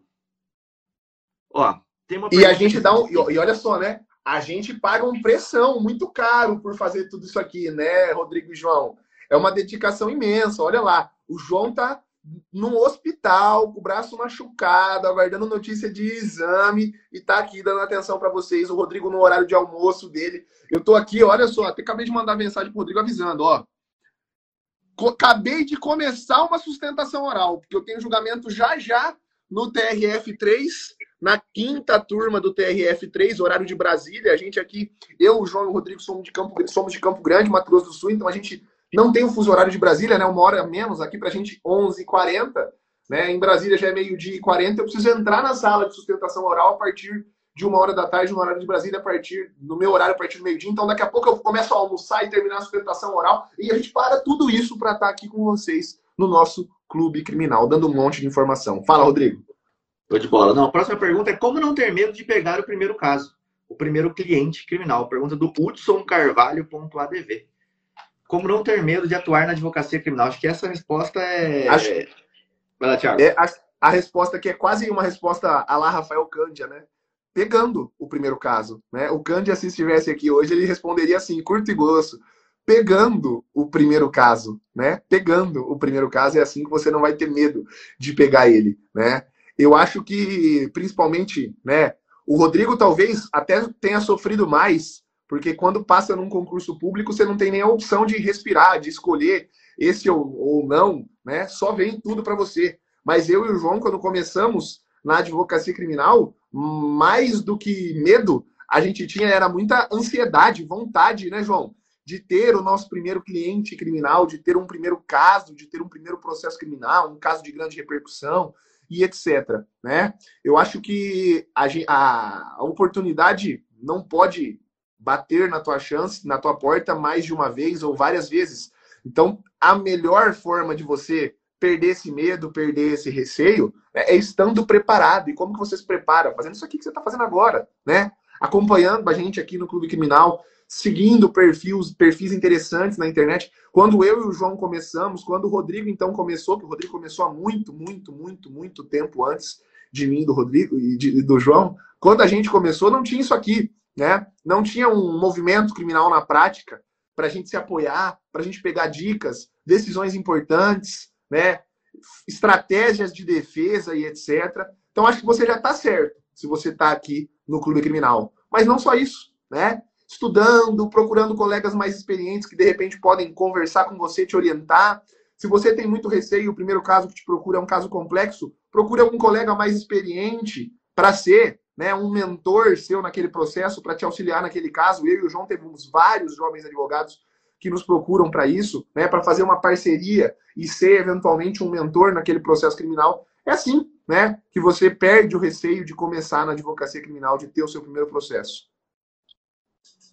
Ó, tem uma e a gente dá e olha só, né? A gente paga um pressão muito caro por fazer tudo isso aqui, né, Rodrigo e João? É uma dedicação imensa. Olha lá, o João tá num hospital, com o braço machucado, aguardando notícia de exame e tá aqui dando atenção para vocês. O Rodrigo no horário de almoço dele. Eu tô aqui, olha só, até acabei de mandar mensagem pro Rodrigo avisando, ó. Acabei de começar uma sustentação oral, porque eu tenho julgamento já no TRF3, na 5ª turma do TRF3, horário de Brasília. A gente aqui, eu, o João e o Rodrigo somos de Campo Grande, Mato Grosso do Sul, então a gente não tem o fuso horário de Brasília, né? 1 hora a menos, aqui pra gente 11h40, né? Em Brasília já é 12h40, eu preciso entrar na sala de sustentação oral a partir de 1 hora da tarde, no horário de Brasília, no meu horário, a partir do meio-dia. Então, daqui a pouco eu começo a almoçar e terminar a sustentação oral, e a gente para tudo isso para estar aqui com vocês no nosso Clube Criminal, dando um monte de informação. Fala, Rodrigo. Tô de bola. Não, a próxima pergunta é como não ter medo de pegar o primeiro caso, o primeiro cliente criminal. Pergunta do Hudson Carvalho.adv. Como não ter medo de atuar na advocacia criminal? Acho que essa resposta é... Vai lá, Thiago. A resposta que é quase uma resposta à la Rafael Cândia, né? Pegando o primeiro caso, né? O Cândia, se estivesse aqui hoje, ele responderia assim, curto e grosso. Pegando o primeiro caso, né? Pegando o primeiro caso, é assim que você não vai ter medo de pegar ele, né? Eu acho que, principalmente, né? O Rodrigo talvez até tenha sofrido mais, porque quando passa num concurso público, você não tem nem a opção de respirar, de escolher esse ou não, né? Só vem tudo para você. Mas eu e o João, quando começamos na advocacia criminal, mais do que medo, a gente tinha era muita ansiedade, vontade, né, João? De ter o nosso primeiro cliente criminal, de ter um primeiro caso, de ter um primeiro processo criminal, um caso de grande repercussão e etc. Né? Eu acho que a oportunidade não pode bater na tua chance, na tua porta mais de uma vez ou várias vezes. Então, a melhor forma de você perder esse medo, perder esse receio, é estando preparado. E como que você se prepara? Fazendo isso aqui que você está fazendo agora, né? Acompanhando a gente aqui no Clube Criminal, seguindo perfis interessantes na internet. Quando eu e o João começamos, quando o Rodrigo então começou, que o Rodrigo começou há muito tempo antes de mim, do Rodrigo e do João, quando a gente começou, não tinha isso aqui, né? Não tinha um movimento criminal na prática para a gente se apoiar, para a gente pegar dicas, decisões importantes, né? Estratégias de defesa e etc. Então, acho que você já está certo se você está aqui no Clube Criminal. Mas não só isso, né? Estudando, procurando colegas mais experientes que, de repente, podem conversar com você, te orientar. Se você tem muito receio, o primeiro caso que te procura é um caso complexo, procure algum colega mais experiente para ser, né, um mentor seu naquele processo, para te auxiliar naquele caso. Eu e o João temos vários jovens advogados que nos procuram para isso, né, para fazer uma parceria e ser, eventualmente, um mentor naquele processo criminal. É assim, né, que você perde o receio de começar na advocacia criminal, de ter o seu primeiro processo.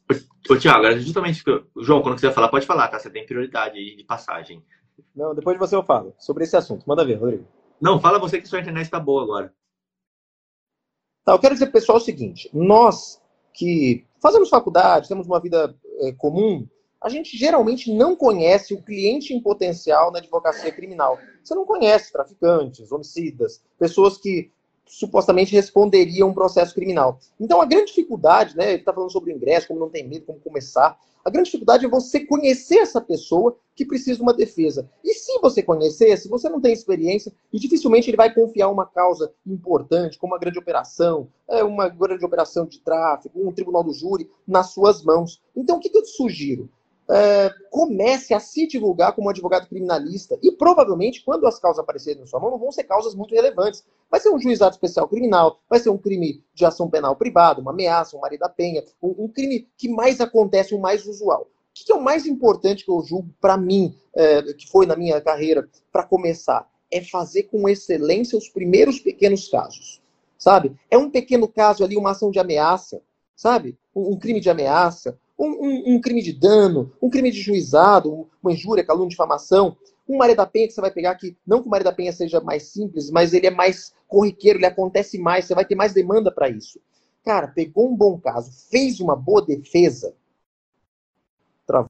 Ô, Thiago, era justamente isso que João, quando quiser falar, pode falar, tá? Você tem prioridade aí de passagem. Não, depois de você eu falo sobre esse assunto. Manda ver, Rodrigo. Não, fala você que sua internet tá boa agora. Tá, eu quero dizer pro pessoal o seguinte: nós que fazemos faculdade, temos uma vida comum, a gente geralmente não conhece o cliente em potencial na advocacia criminal. Você não conhece traficantes, homicidas, pessoas que supostamente responderiam um processo criminal. Então a grande dificuldade, né, ele está falando sobre o ingresso, como não tem medo, como começar, a grande dificuldade é você conhecer essa pessoa que precisa de uma defesa. E se você conhecer, se você não tem experiência, e dificilmente ele vai confiar uma causa importante, como uma grande operação de tráfico, um tribunal do júri, nas suas mãos. Então o que eu te sugiro? Comece a se divulgar como advogado criminalista e provavelmente quando as causas aparecerem na sua mão não vão ser causas muito relevantes. Vai ser um juizado especial criminal, vai ser um crime de ação penal privada, uma ameaça, um Maria da Penha, um crime que mais acontece, o mais usual. O que é o mais importante que eu julgo para mim, que foi na minha carreira, para começar? É fazer com excelência os primeiros pequenos casos, sabe? É um pequeno caso ali, uma ação de ameaça, sabe? Um crime de ameaça, um crime de dano, um crime de juizado, uma injúria, calúnia, difamação, um Maria da Penha que você vai pegar que, não que o Maria da Penha seja mais simples, mas ele é mais corriqueiro, ele acontece mais, você vai ter mais demanda para isso. Cara, pegou um bom caso, fez uma boa defesa, travou.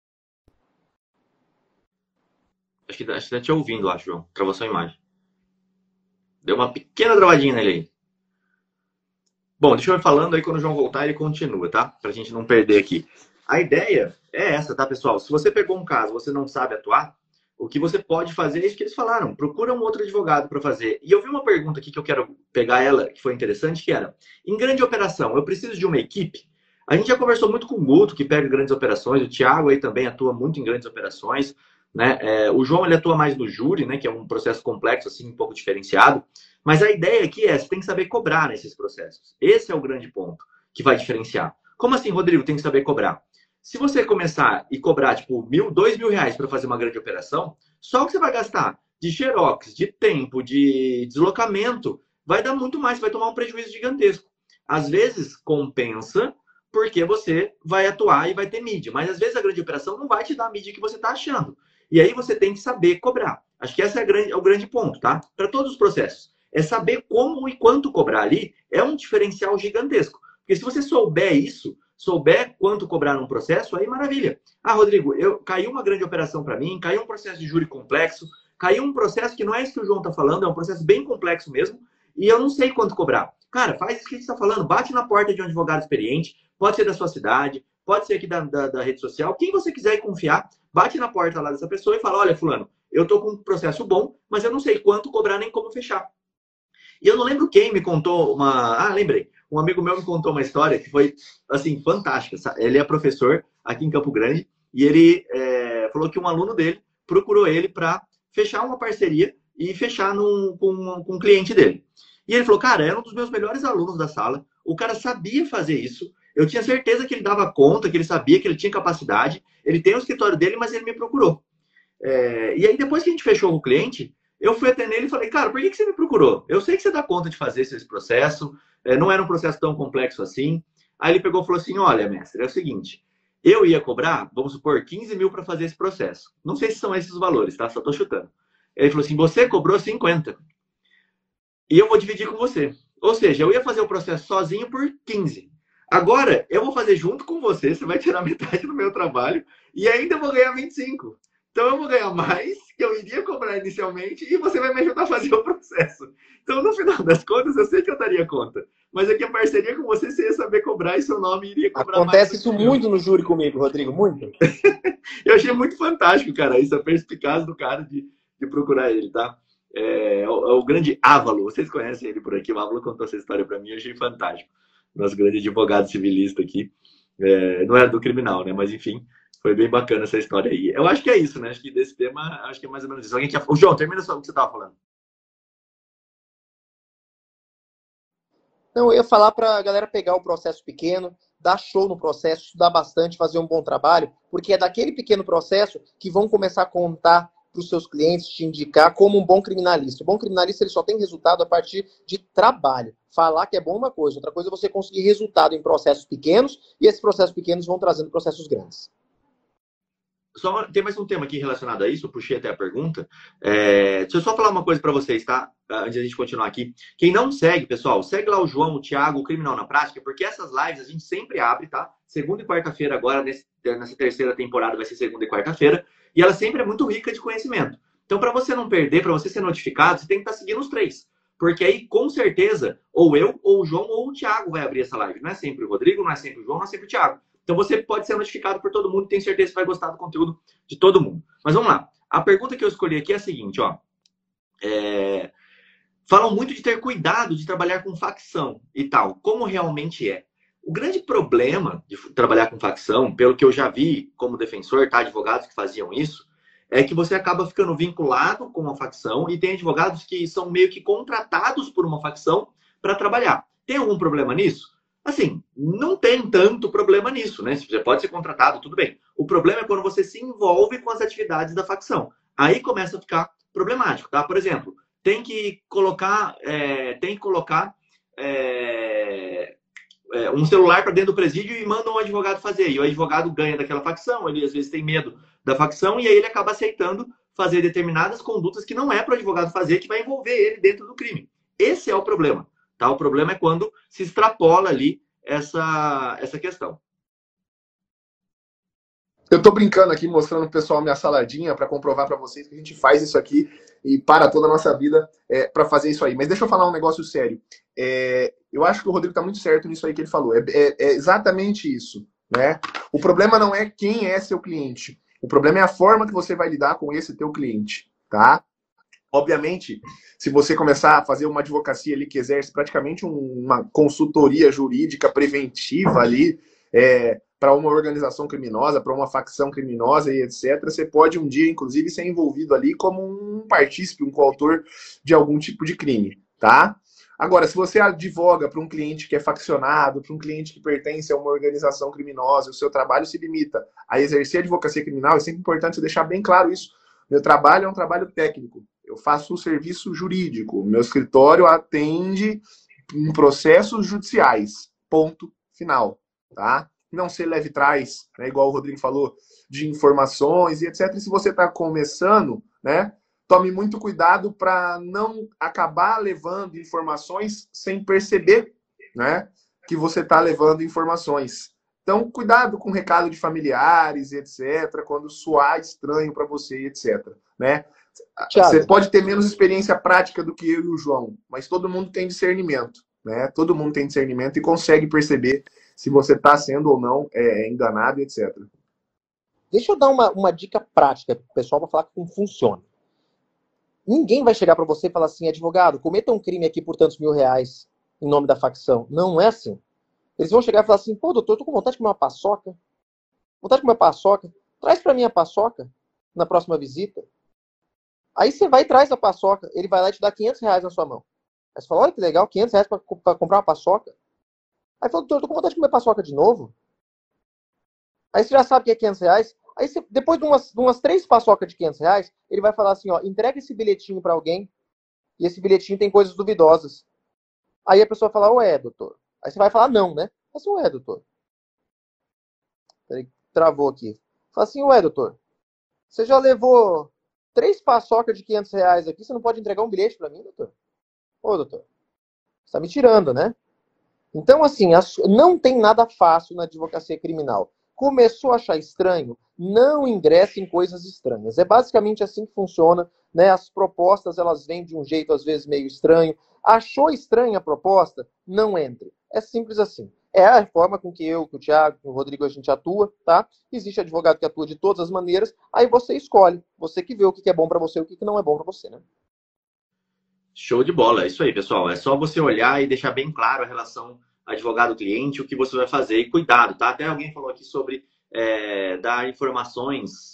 Acho que tá te ouvindo, acho, João. Travou sua imagem. Deu uma pequena travadinha nele aí. Bom, deixa eu ir falando aí, quando o João voltar, ele continua, tá? Pra gente não perder aqui. A ideia é essa, tá, pessoal? Se você pegou um caso, você não sabe atuar, o que você pode fazer é isso que eles falaram. Procura um outro advogado para fazer. E eu vi uma pergunta aqui que eu quero pegar ela, que foi interessante, que era: em grande operação, eu preciso de uma equipe? A gente já conversou muito com o Guto, que pega grandes operações. O Thiago aí também atua muito em grandes operações, né? O João, ele atua mais no júri, né? Que é um processo complexo, assim, um pouco diferenciado. Mas a ideia aqui é, você tem que saber cobrar nesses processos. Esse é o grande ponto que vai diferenciar. Como assim, Rodrigo, tem que saber cobrar? Se você começar e cobrar, tipo, R$ 2.000 para fazer uma grande operação, só o que você vai gastar de xerox, de tempo, de deslocamento, vai dar muito mais, vai tomar um prejuízo gigantesco. Às vezes, compensa, porque você vai atuar e vai ter mídia. Mas, às vezes, a grande operação não vai te dar a mídia que você está achando. E aí, você tem que saber cobrar. Acho que esse é o grande ponto, tá? Para todos os processos. É saber como e quanto cobrar ali é um diferencial gigantesco. Porque se você souber isso, souber quanto cobrar num processo, aí maravilha. Ah, Rodrigo, caiu uma grande operação para mim, caiu um processo de júri complexo, caiu um processo que não é isso que o João está falando, é um processo bem complexo mesmo, e eu não sei quanto cobrar. Cara, faz isso que a gente está falando, bate na porta de um advogado experiente, pode ser da sua cidade, pode ser aqui da rede social, quem você quiser e confiar, bate na porta lá dessa pessoa e fala: olha, fulano, eu estou com um processo bom, mas eu não sei quanto cobrar nem como fechar. E eu não lembro quem me contou uma... Ah, lembrei. Um amigo meu me contou uma história que foi, assim, fantástica. Ele é professor aqui em Campo Grande e ele falou que um aluno dele procurou ele para fechar uma parceria e fechar com um cliente dele. E ele falou: cara, era um dos meus melhores alunos da sala. O cara sabia fazer isso. Eu tinha certeza que ele dava conta, que ele sabia, que ele tinha capacidade. Ele tem o escritório dele, mas ele me procurou. E aí, depois que a gente fechou com o cliente, eu fui até nele e falei: cara, por que você me procurou? Eu sei que você dá conta de fazer esse processo, não era um processo tão complexo assim. Aí ele pegou e falou assim: olha, mestre, é o seguinte, eu ia cobrar, vamos supor, 15 mil para fazer esse processo. Não sei se são esses os valores, tá? Só tô chutando. Ele falou assim: você cobrou 50 e eu vou dividir com você. Ou seja, eu ia fazer o processo sozinho por 15. Agora, eu vou fazer junto com você, você vai tirar metade do meu trabalho e ainda vou ganhar 25. Então eu vou ganhar mais que eu iria cobrar inicialmente e você vai me ajudar a fazer o processo. Então, no final das contas, eu sei que eu daria conta. Mas aqui a parceria com você, você ia saber cobrar e seu nome iria cobrar mais. Acontece isso muito no júri comigo, Rodrigo, muito. Eu achei muito fantástico, cara, isso, a perspicácia do cara de procurar ele, tá? É o grande Ávalo, vocês conhecem ele por aqui, o Ávalo contou essa história para mim, eu achei fantástico. Nosso grande advogado civilista aqui. Não era do criminal, né? Mas enfim, foi bem bacana essa história aí. Eu acho que é isso, né? Acho que desse tema, acho que é mais ou menos isso. Alguém quer... O João, termina só o que você estava falando. Não, eu ia falar para a galera pegar o processo pequeno, dar show no processo, estudar bastante, fazer um bom trabalho, porque é daquele pequeno processo que vão começar a contar para os seus clientes te indicar como um bom criminalista. O bom criminalista ele só tem resultado a partir de trabalho. Falar que é bom é uma coisa, outra coisa é você conseguir resultado em processos pequenos e esses processos pequenos vão trazendo processos grandes. Só tem mais um tema aqui relacionado a isso, eu puxei até a pergunta. Deixa eu só falar uma coisa para vocês, tá? Antes da gente continuar aqui. Quem não segue, pessoal, segue lá o João, o Thiago, o Criminal na Prática, porque essas lives a gente sempre abre, tá? Segunda e quarta-feira agora, nessa terceira temporada vai ser segunda e quarta-feira, e ela sempre é muito rica de conhecimento. Então, para você não perder, para você ser notificado, você tem que estar seguindo os três. Porque aí, com certeza, ou eu, ou o João, ou o Thiago vai abrir essa live. Não é sempre o Rodrigo, não é sempre o João, não é sempre o Thiago. Então você pode ser notificado por todo mundo e tenho certeza que vai gostar do conteúdo de todo mundo. Mas vamos lá. A pergunta que eu escolhi aqui é a seguinte, ó. Falam muito de ter cuidado de trabalhar com facção e tal. Como realmente é? O grande problema de trabalhar com facção, pelo que eu já vi como defensor, tá? Advogados que faziam isso, é que você acaba ficando vinculado com uma facção e tem advogados que são meio que contratados por uma facção para trabalhar. Tem algum problema nisso? Assim, não tem tanto problema nisso, né? Você pode ser contratado, tudo bem. O problema é quando você se envolve com as atividades da facção. Aí começa a ficar problemático, tá? Por exemplo, tem que colocar um celular para dentro do presídio e manda um advogado fazer. E o advogado ganha daquela facção, ele às vezes tem medo da facção e aí ele acaba aceitando fazer determinadas condutas que não é para o advogado fazer, que vai envolver ele dentro do crime. Esse é o problema. Tá? O problema é quando se extrapola ali essa questão. Eu tô brincando aqui, mostrando pro pessoal minha saladinha para comprovar para vocês que a gente faz isso aqui e para toda a nossa vida para fazer isso aí. Mas deixa eu falar um negócio sério. Eu acho que o Rodrigo tá muito certo nisso aí que ele falou. É exatamente isso, né? O problema não é quem é seu cliente. O problema é a forma que você vai lidar com esse teu cliente, tá? Obviamente, se você começar a fazer uma advocacia ali que exerce praticamente uma consultoria jurídica preventiva ali para uma organização criminosa, para uma facção criminosa e etc., você pode um dia, inclusive, ser envolvido ali como um partícipe, um coautor de algum tipo de crime, tá? Agora, se você advoga para um cliente que é faccionado, para um cliente que pertence a uma organização criminosa, o seu trabalho se limita a exercer a advocacia criminal, é sempre importante você deixar bem claro isso. Meu trabalho é um trabalho técnico. Eu faço o serviço jurídico. Meu escritório atende em processos judiciais. Ponto final. Tá? Não ser leve trás, né, igual o Rodrigo falou, de informações e etc. E se você está começando, né, tome muito cuidado para não acabar levando informações sem perceber, né, que você está levando informações. Então, cuidado com recado de familiares, etc., quando soar estranho para você, etc. Né? Thiago, você pode ter menos experiência prática do que eu e o João, mas todo mundo tem discernimento. Né? Todo mundo tem discernimento e consegue perceber se você está sendo ou não enganado, etc. Deixa eu dar uma dica prática para o pessoal para falar como funciona. Ninguém vai chegar para você e falar assim, advogado, cometa um crime aqui por tantos R$1.000 em nome da facção. Não é assim. Eles vão chegar e falar assim, pô, doutor, eu tô com vontade de comer uma paçoca. Vontade de comer uma paçoca. Traz para mim a paçoca na próxima visita. Aí você vai e traz a paçoca. Ele vai lá e te dá R$500 na sua mão. Aí você fala, olha que legal, R$500 para comprar uma paçoca. Aí fala, doutor, eu tô com vontade de comer paçoca de novo. Aí você já sabe que é R$500. Aí você, depois de umas 3 paçocas de R$500, ele vai falar assim, ó, entrega esse bilhetinho para alguém e esse bilhetinho tem coisas duvidosas. Aí a pessoa fala, ué, doutor. Aí você vai falar não, né? Fala assim, ué, doutor. Ele travou aqui. Fala assim, ué, doutor. Você já levou 3 paçocas de R$500 aqui, você não pode entregar um bilhete para mim, doutor? Ô, doutor. Você tá me tirando, né? Então, assim, não tem nada fácil na advocacia criminal. Começou a achar estranho? Não ingresse em coisas estranhas. É basicamente assim que funciona, né? As propostas, elas vêm de um jeito, às vezes, meio estranho. Achou estranha a proposta? Não entre. É simples assim. É a forma com que eu, que o Thiago, que o Rodrigo, a gente atua, tá? Existe advogado que atua de todas as maneiras, aí você escolhe. Você que vê o que é bom pra você e o que não é bom pra você, né? Show de bola. É isso aí, pessoal. É só você olhar e deixar bem claro a relação advogado-cliente, o que você vai fazer. E cuidado, tá? Até alguém falou aqui sobre dar informações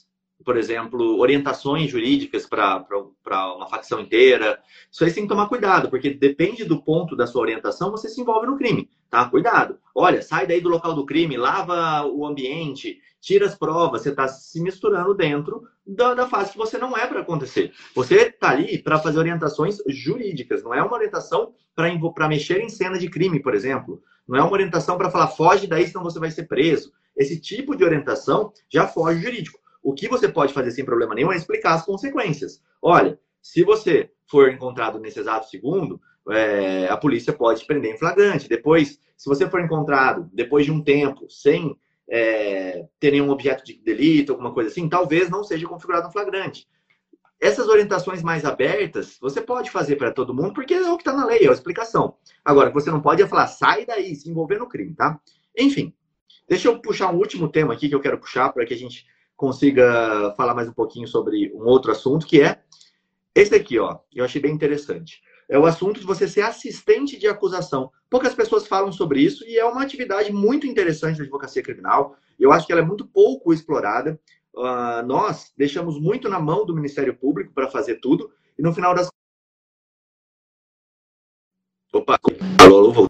por exemplo, orientações jurídicas para uma facção inteira. Isso aí você tem que tomar cuidado, porque depende do ponto da sua orientação, você se envolve no crime, tá? Cuidado. Olha, sai daí do local do crime, lava o ambiente, tira as provas, você está se misturando dentro da fase que você não é para acontecer. Você está ali para fazer orientações jurídicas, não é uma orientação para mexer em cena de crime, por exemplo. Não é uma orientação para falar, foge daí, senão você vai ser preso. Esse tipo de orientação já foge jurídico. O que você pode fazer sem problema nenhum é explicar as consequências. Olha, se você for encontrado nesse exato segundo, a polícia pode te prender em flagrante. Depois, se você for encontrado depois de um tempo sem ter nenhum objeto de delito, alguma coisa assim, talvez não seja configurado um flagrante. Essas orientações mais abertas, você pode fazer para todo mundo, porque é o que está na lei, é a explicação. Agora, você não pode falar, sai daí, se envolver no crime, tá? Enfim, deixa eu puxar um último tema aqui que eu quero puxar para que a gente consiga falar mais um pouquinho sobre um outro assunto, que é esse aqui, ó. Eu achei bem interessante. É o assunto de você ser assistente de acusação. Poucas pessoas falam sobre isso e é uma atividade muito interessante da advocacia criminal. Eu acho que ela é muito pouco explorada. Nós deixamos muito na mão do Ministério Público para fazer tudo e no final das... Opa, alô,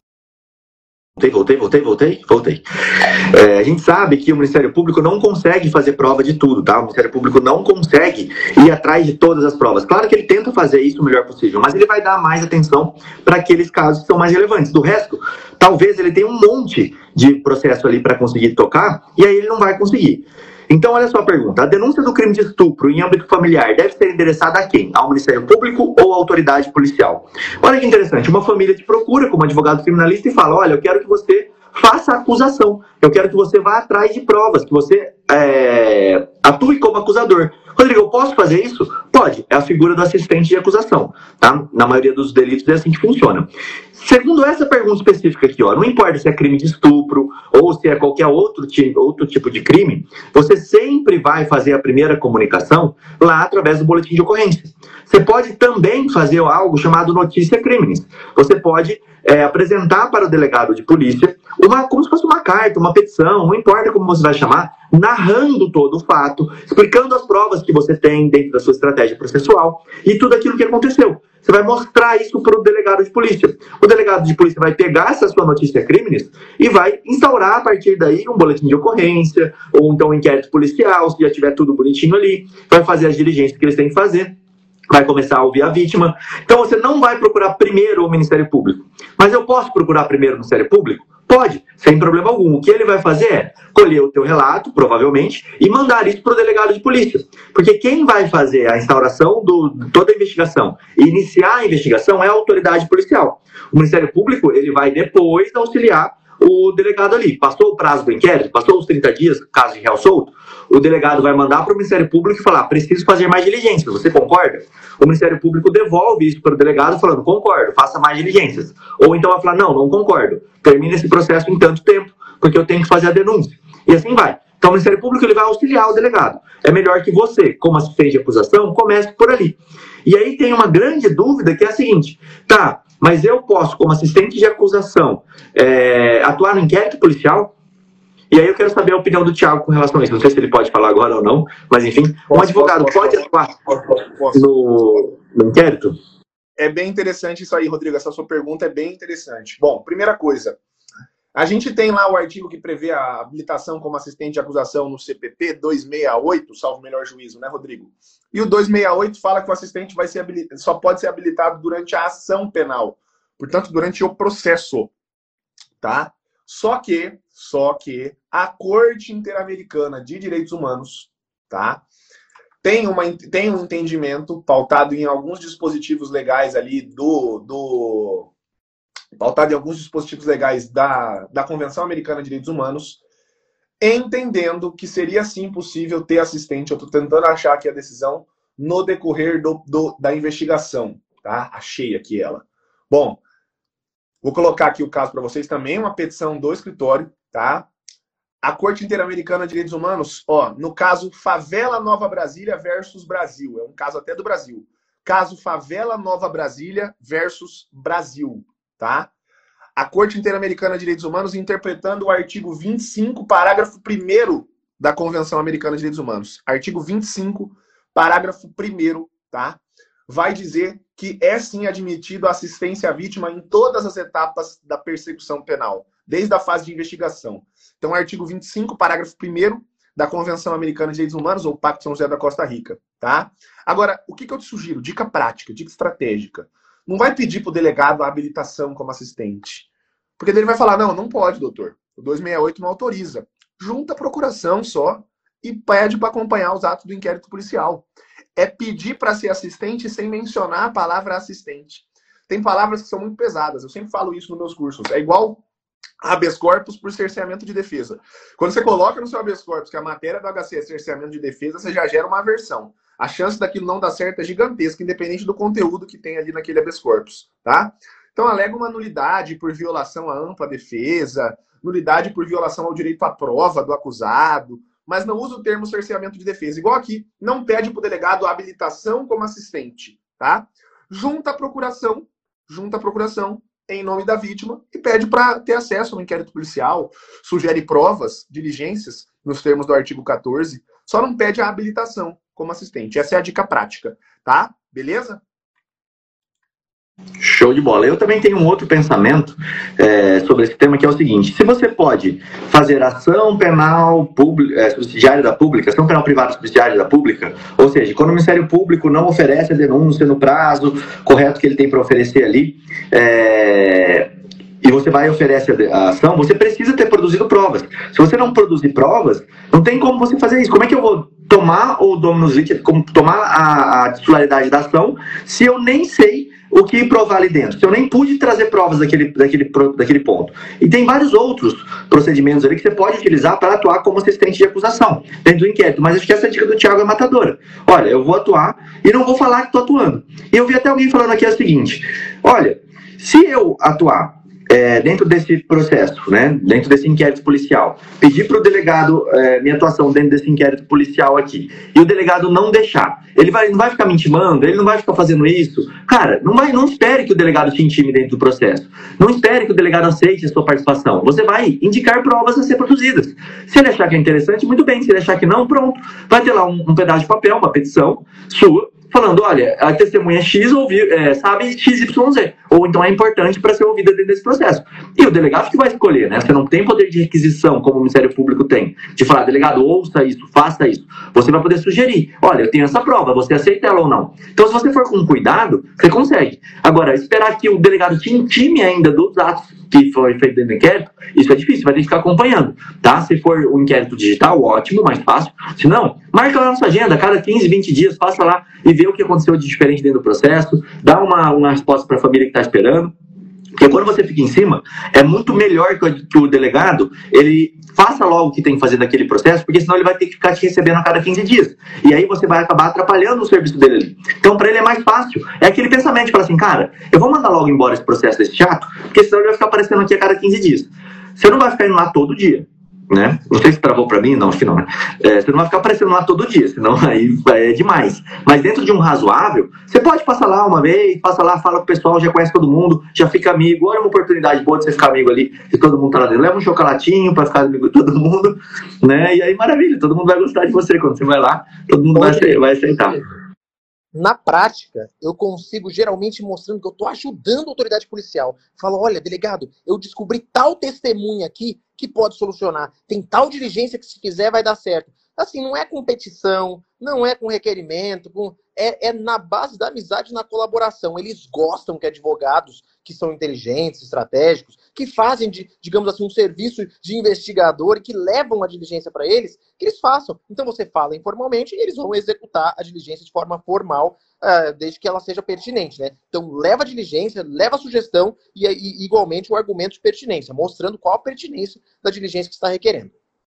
voltei. A gente sabe que o Ministério Público não consegue fazer prova de tudo, tá? O Ministério Público não consegue ir atrás de todas as provas. Claro que ele tenta fazer isso o melhor possível, mas ele vai dar mais atenção para aqueles casos que são mais relevantes. Do resto, talvez ele tenha um monte de processo ali para conseguir tocar e aí ele não vai conseguir. Então, olha só a pergunta. A denúncia do crime de estupro em âmbito familiar deve ser endereçada a quem? Ao Ministério Público ou à autoridade policial? Olha que interessante. Uma família te procura como advogado criminalista e fala, olha, eu quero que você faça a acusação. Eu quero que você vá atrás de provas, que você atue como acusador. Rodrigo, eu posso fazer isso? Pode. É a figura do assistente de acusação. Tá? Na maioria dos delitos é assim que funciona. Segundo essa pergunta específica aqui, ó, não importa se é crime de estupro ou se é qualquer outro tipo de crime, você sempre vai fazer a primeira comunicação lá através do boletim de ocorrência. Você pode também fazer algo chamado notícia crimes. Você pode apresentar para o delegado de polícia como se fosse uma carta, uma petição, não importa como você vai chamar, narrando todo o fato, explicando as provas que você tem dentro da sua estratégia processual e tudo aquilo que aconteceu. Você vai mostrar isso para o delegado de polícia. O delegado de polícia vai pegar essa sua notícia crimes e vai instaurar a partir daí um boletim de ocorrência ou então um inquérito policial, se já tiver tudo bonitinho ali, vai fazer as diligências que eles têm que fazer, vai começar a ouvir a vítima. Então você não vai procurar primeiro o Ministério Público. Mas eu posso procurar primeiro o Ministério Público? Pode, sem problema algum. O que ele vai fazer é colher o teu relato, provavelmente, e mandar isso para o delegado de polícia. Porque quem vai fazer a instauração de toda a investigação e iniciar a investigação é a autoridade policial. O Ministério Público ele vai depois auxiliar o delegado ali. Passou o prazo do inquérito, passou os 30 dias, caso de réu solto, o delegado vai mandar para o Ministério Público e falar, preciso fazer mais diligências, você concorda? O Ministério Público devolve isso para o delegado falando, concordo, faça mais diligências. Ou então vai falar, não concordo, termina esse processo em tanto tempo, porque eu tenho que fazer a denúncia. E assim vai. Então o Ministério Público ele vai auxiliar o delegado. É melhor que você, como assistente de acusação, comece por ali. E aí tem uma grande dúvida que é a seguinte, tá, mas eu posso, como assistente de acusação, atuar no inquérito policial? E aí eu quero saber a opinião do Thiago com relação a isso. Não sei se ele pode falar agora ou não, mas enfim, um advogado pode atuar no inquérito? É bem interessante isso aí, Rodrigo. Essa sua pergunta é bem interessante. Bom, primeira coisa, a gente tem lá o artigo que prevê a habilitação como assistente de acusação no CPP 268, salvo melhor juízo, né, Rodrigo? E o 268 fala que o assistente só pode ser habilitado durante a ação penal, portanto, durante o processo, tá? Só que a Corte Interamericana de Direitos Humanos, tá? Tem um entendimento pautado em alguns dispositivos legais ali pautado em alguns dispositivos legais da Convenção Americana de Direitos Humanos, entendendo que seria sim possível ter assistente. Eu estou tentando achar aqui a decisão no decorrer da investigação, tá? Achei aqui ela. Bom, vou colocar aqui o caso para vocês também, uma petição do escritório, tá? A Corte Interamericana de Direitos Humanos, ó, no caso Favela Nova Brasília versus Brasil, é um caso até do Brasil. Caso Favela Nova Brasília versus Brasil, tá? A Corte Interamericana de Direitos Humanos interpretando o artigo 25, parágrafo 1º da Convenção Americana de Direitos Humanos. Artigo 25, parágrafo 1º, tá? Vai dizer que é sim admitido a assistência à vítima em todas as etapas da persecução penal, desde a fase de investigação. Então, artigo 25, parágrafo 1º da Convenção Americana de Direitos Humanos, ou Pacto São José da Costa Rica, tá? Agora, o que eu te sugiro? Dica prática, dica estratégica. Não vai pedir para o delegado a habilitação como assistente. Porque ele vai falar, não pode, doutor. O 268 não autoriza. Junta a procuração só e pede para acompanhar os atos do inquérito policial. É pedir para ser assistente sem mencionar a palavra assistente. Tem palavras que são muito pesadas. Eu sempre falo isso nos meus cursos. É igual habeas corpus por cerceamento de defesa. Quando você coloca no seu habeas corpus que a matéria do HC é cerceamento de defesa, você já gera uma aversão. A chance daquilo não dar certo é gigantesca, independente do conteúdo que tem ali naquele habeas corpus, tá? Então, alega uma nulidade por violação à ampla defesa, nulidade por violação ao direito à prova do acusado, mas não usa o termo cerceamento de defesa. Igual aqui, não pede para o delegado a habilitação como assistente, tá? Junta a procuração em nome da vítima e pede para ter acesso ao inquérito policial, sugere provas, diligências, nos termos do artigo 14, só não pede a habilitação como assistente. Essa é a dica prática, tá? Beleza? Show de bola. Eu também tenho um outro pensamento sobre esse tema, que é o seguinte: se você pode fazer ação penal subsidiária da pública, ação penal privada subsidiária da pública, ou seja, quando o Ministério Público não oferece a denúncia no prazo correto que ele tem para oferecer ali, e você vai e oferece a ação, você precisa ter produzido provas. Se você não produzir provas, não tem como você fazer isso. Como é que eu vou tomar o dominus litis, tomar a titularidade da ação, se eu nem sei o que provar ali dentro, se eu nem pude trazer provas daquele ponto? E tem vários outros procedimentos ali que você pode utilizar para atuar como assistente de acusação dentro do inquérito, mas acho que essa dica do Thiago é matadora. Olha, eu vou atuar e não vou falar que estou atuando. E eu vi até alguém falando aqui o seguinte: olha, se eu atuar dentro desse processo, né, dentro desse inquérito policial, pedir para o delegado minha atuação dentro desse inquérito policial aqui, e o delegado não deixar, ele não vai ficar me intimando, ele não vai ficar fazendo isso. Cara, não espere que o delegado te intime dentro do processo. Não espere que o delegado aceite a sua participação. Você vai indicar provas a ser produzidas. Se ele achar que é interessante, muito bem. Se ele achar que não, pronto. Vai ter lá um pedaço de papel, uma petição sua, falando, olha, a testemunha X sabe XYZ, ou então é importante para ser ouvida dentro desse processo. E o delegado que vai escolher, né? Você não tem poder de requisição, como o Ministério Público tem, de falar, delegado, ouça isso, faça isso. Você vai poder sugerir, olha, eu tenho essa prova, você aceita ela ou não? Então, se você for com cuidado, você consegue. Agora, esperar que o delegado te intime ainda dos atos que foi feito dentro do inquérito, isso é difícil, vai ter que ficar acompanhando, tá? Se for o inquérito digital, ótimo, mais fácil. Se não, marca lá na sua agenda, cada 15, 20 dias, passa lá e vê o que aconteceu de diferente dentro do processo, dá uma resposta para a família que está esperando. Porque quando você fica em cima, é muito melhor que o delegado, ele faça logo o que tem que fazer daquele processo, porque senão ele vai ter que ficar te recebendo a cada 15 dias. E aí você vai acabar atrapalhando o serviço dele ali. Então, para ele é mais fácil. É aquele pensamento de falar assim, cara, eu vou mandar logo embora esse processo desse chato, porque senão ele vai ficar aparecendo aqui a cada 15 dias. Você não vai ficar indo lá todo dia, né? Não sei se travou para mim, não, acho que não, né? Você não vai ficar aparecendo lá todo dia, senão aí é demais. Mas dentro de um razoável, você pode passar lá uma vez, passa lá, fala com o pessoal, já conhece todo mundo, já fica amigo. Olha uma oportunidade boa de você ficar amigo ali, se todo mundo tá lá dentro. Leva um chocolatinho para ficar amigo de todo mundo, né? E aí, maravilha, todo mundo vai gostar de você quando você vai lá, todo mundo vai aceitar. Na prática, eu consigo geralmente mostrando que eu estou ajudando a autoridade policial. Falo, olha, delegado, eu descobri tal testemunha aqui que pode solucionar. Tem tal diligência que se fizer vai dar certo. Assim, não é com petição, não é com requerimento, é na base da amizade e na colaboração. Eles gostam que advogados que são inteligentes, estratégicos, que fazem, digamos assim, um serviço de investigador e que levam a diligência para eles, que eles façam. Então você fala informalmente e eles vão executar a diligência de forma formal, desde que ela seja pertinente, né? Então leva a diligência, leva a sugestão e igualmente o argumento de pertinência, mostrando qual a pertinência da diligência que está requerendo.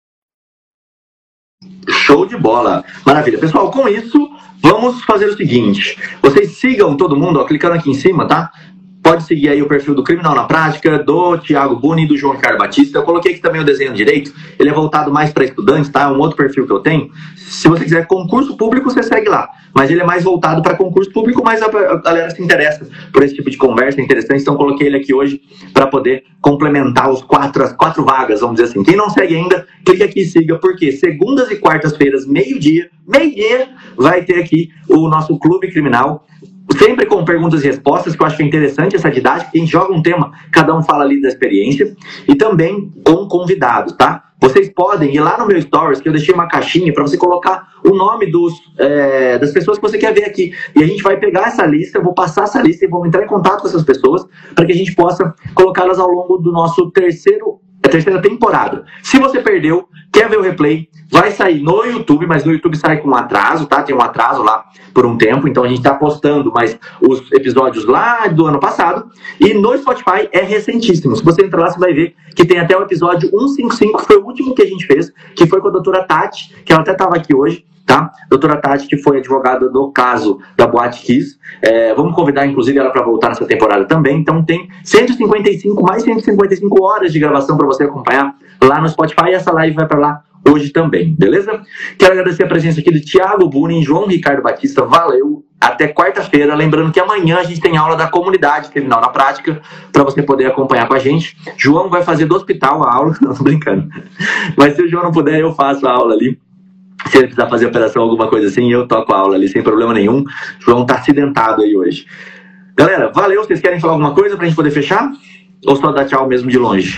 Show de bola. Maravilha. Pessoal, com isso, vamos fazer o seguinte. Vocês sigam todo mundo, ó, clicando aqui em cima, tá? pode seguir aí o perfil do Criminal na Prática, do Thiago Buni e do João Ricardo Batista. Eu coloquei aqui também o desenho direito, ele é voltado mais para estudantes, tá? É um outro perfil que eu tenho. Se você quiser concurso público, você segue lá. Mas ele é mais voltado para concurso público, mas a galera se interessa por esse tipo de conversa interessante. Então coloquei ele aqui hoje para poder complementar as quatro vagas, vamos dizer assim. Quem não segue ainda, clique aqui e siga, porque segundas e quartas-feiras, meio-dia, vai ter aqui o nosso Clube Criminal, sempre com perguntas e respostas, que eu acho que é interessante essa didática, a gente joga um tema, cada um fala ali da experiência, e também com convidados, tá? Vocês podem ir lá no meu Stories, que eu deixei uma caixinha para você colocar o nome das pessoas que você quer ver aqui. E a gente vai pegar essa lista, eu vou passar essa lista e vou entrar em contato com essas pessoas para que a gente possa colocá-las ao longo do nosso terceira temporada. Se você perdeu, quer ver o replay, vai sair no YouTube, mas no YouTube sai com atraso, tá? Tem um atraso lá por um tempo, então a gente tá postando mais os episódios lá do ano passado, e no Spotify é recentíssimo. Se você entrar lá, você vai ver que tem até o episódio 155, que foi o último que a gente fez, que foi com a doutora Tati, que ela até tava aqui hoje, tá? Doutora Tati, que foi advogada do caso da Boate Kiss. Vamos convidar, inclusive, ela para voltar nessa temporada também. Então tem mais 155 horas de gravação para você acompanhar lá no Spotify, e essa live vai para lá hoje também, beleza? Quero agradecer a presença aqui do Thiago Buni e João Ricardo Batista. Valeu! Até quarta-feira. Lembrando que amanhã a gente tem aula da comunidade Criminal na Prática, para você poder acompanhar com a gente. João vai fazer do hospital a aula. Não, tô brincando. Mas se o João não puder, eu faço a aula ali. Se ele precisar fazer operação, alguma coisa assim, eu toco a aula ali sem problema nenhum. O João tá acidentado aí hoje. Galera, valeu. Vocês querem falar alguma coisa pra gente poder fechar? Ou só dar tchau mesmo de longe?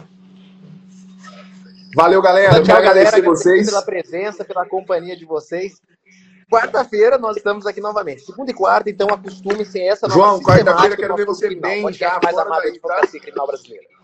Valeu, galera. Quero agradecer vocês pela presença, pela companhia de vocês. Quarta-feira nós estamos aqui novamente. Segunda e quarta, então acostume-se essa nova João, quarta-feira quero ver você bem já. Mais amado de advocacia criminal brasileira.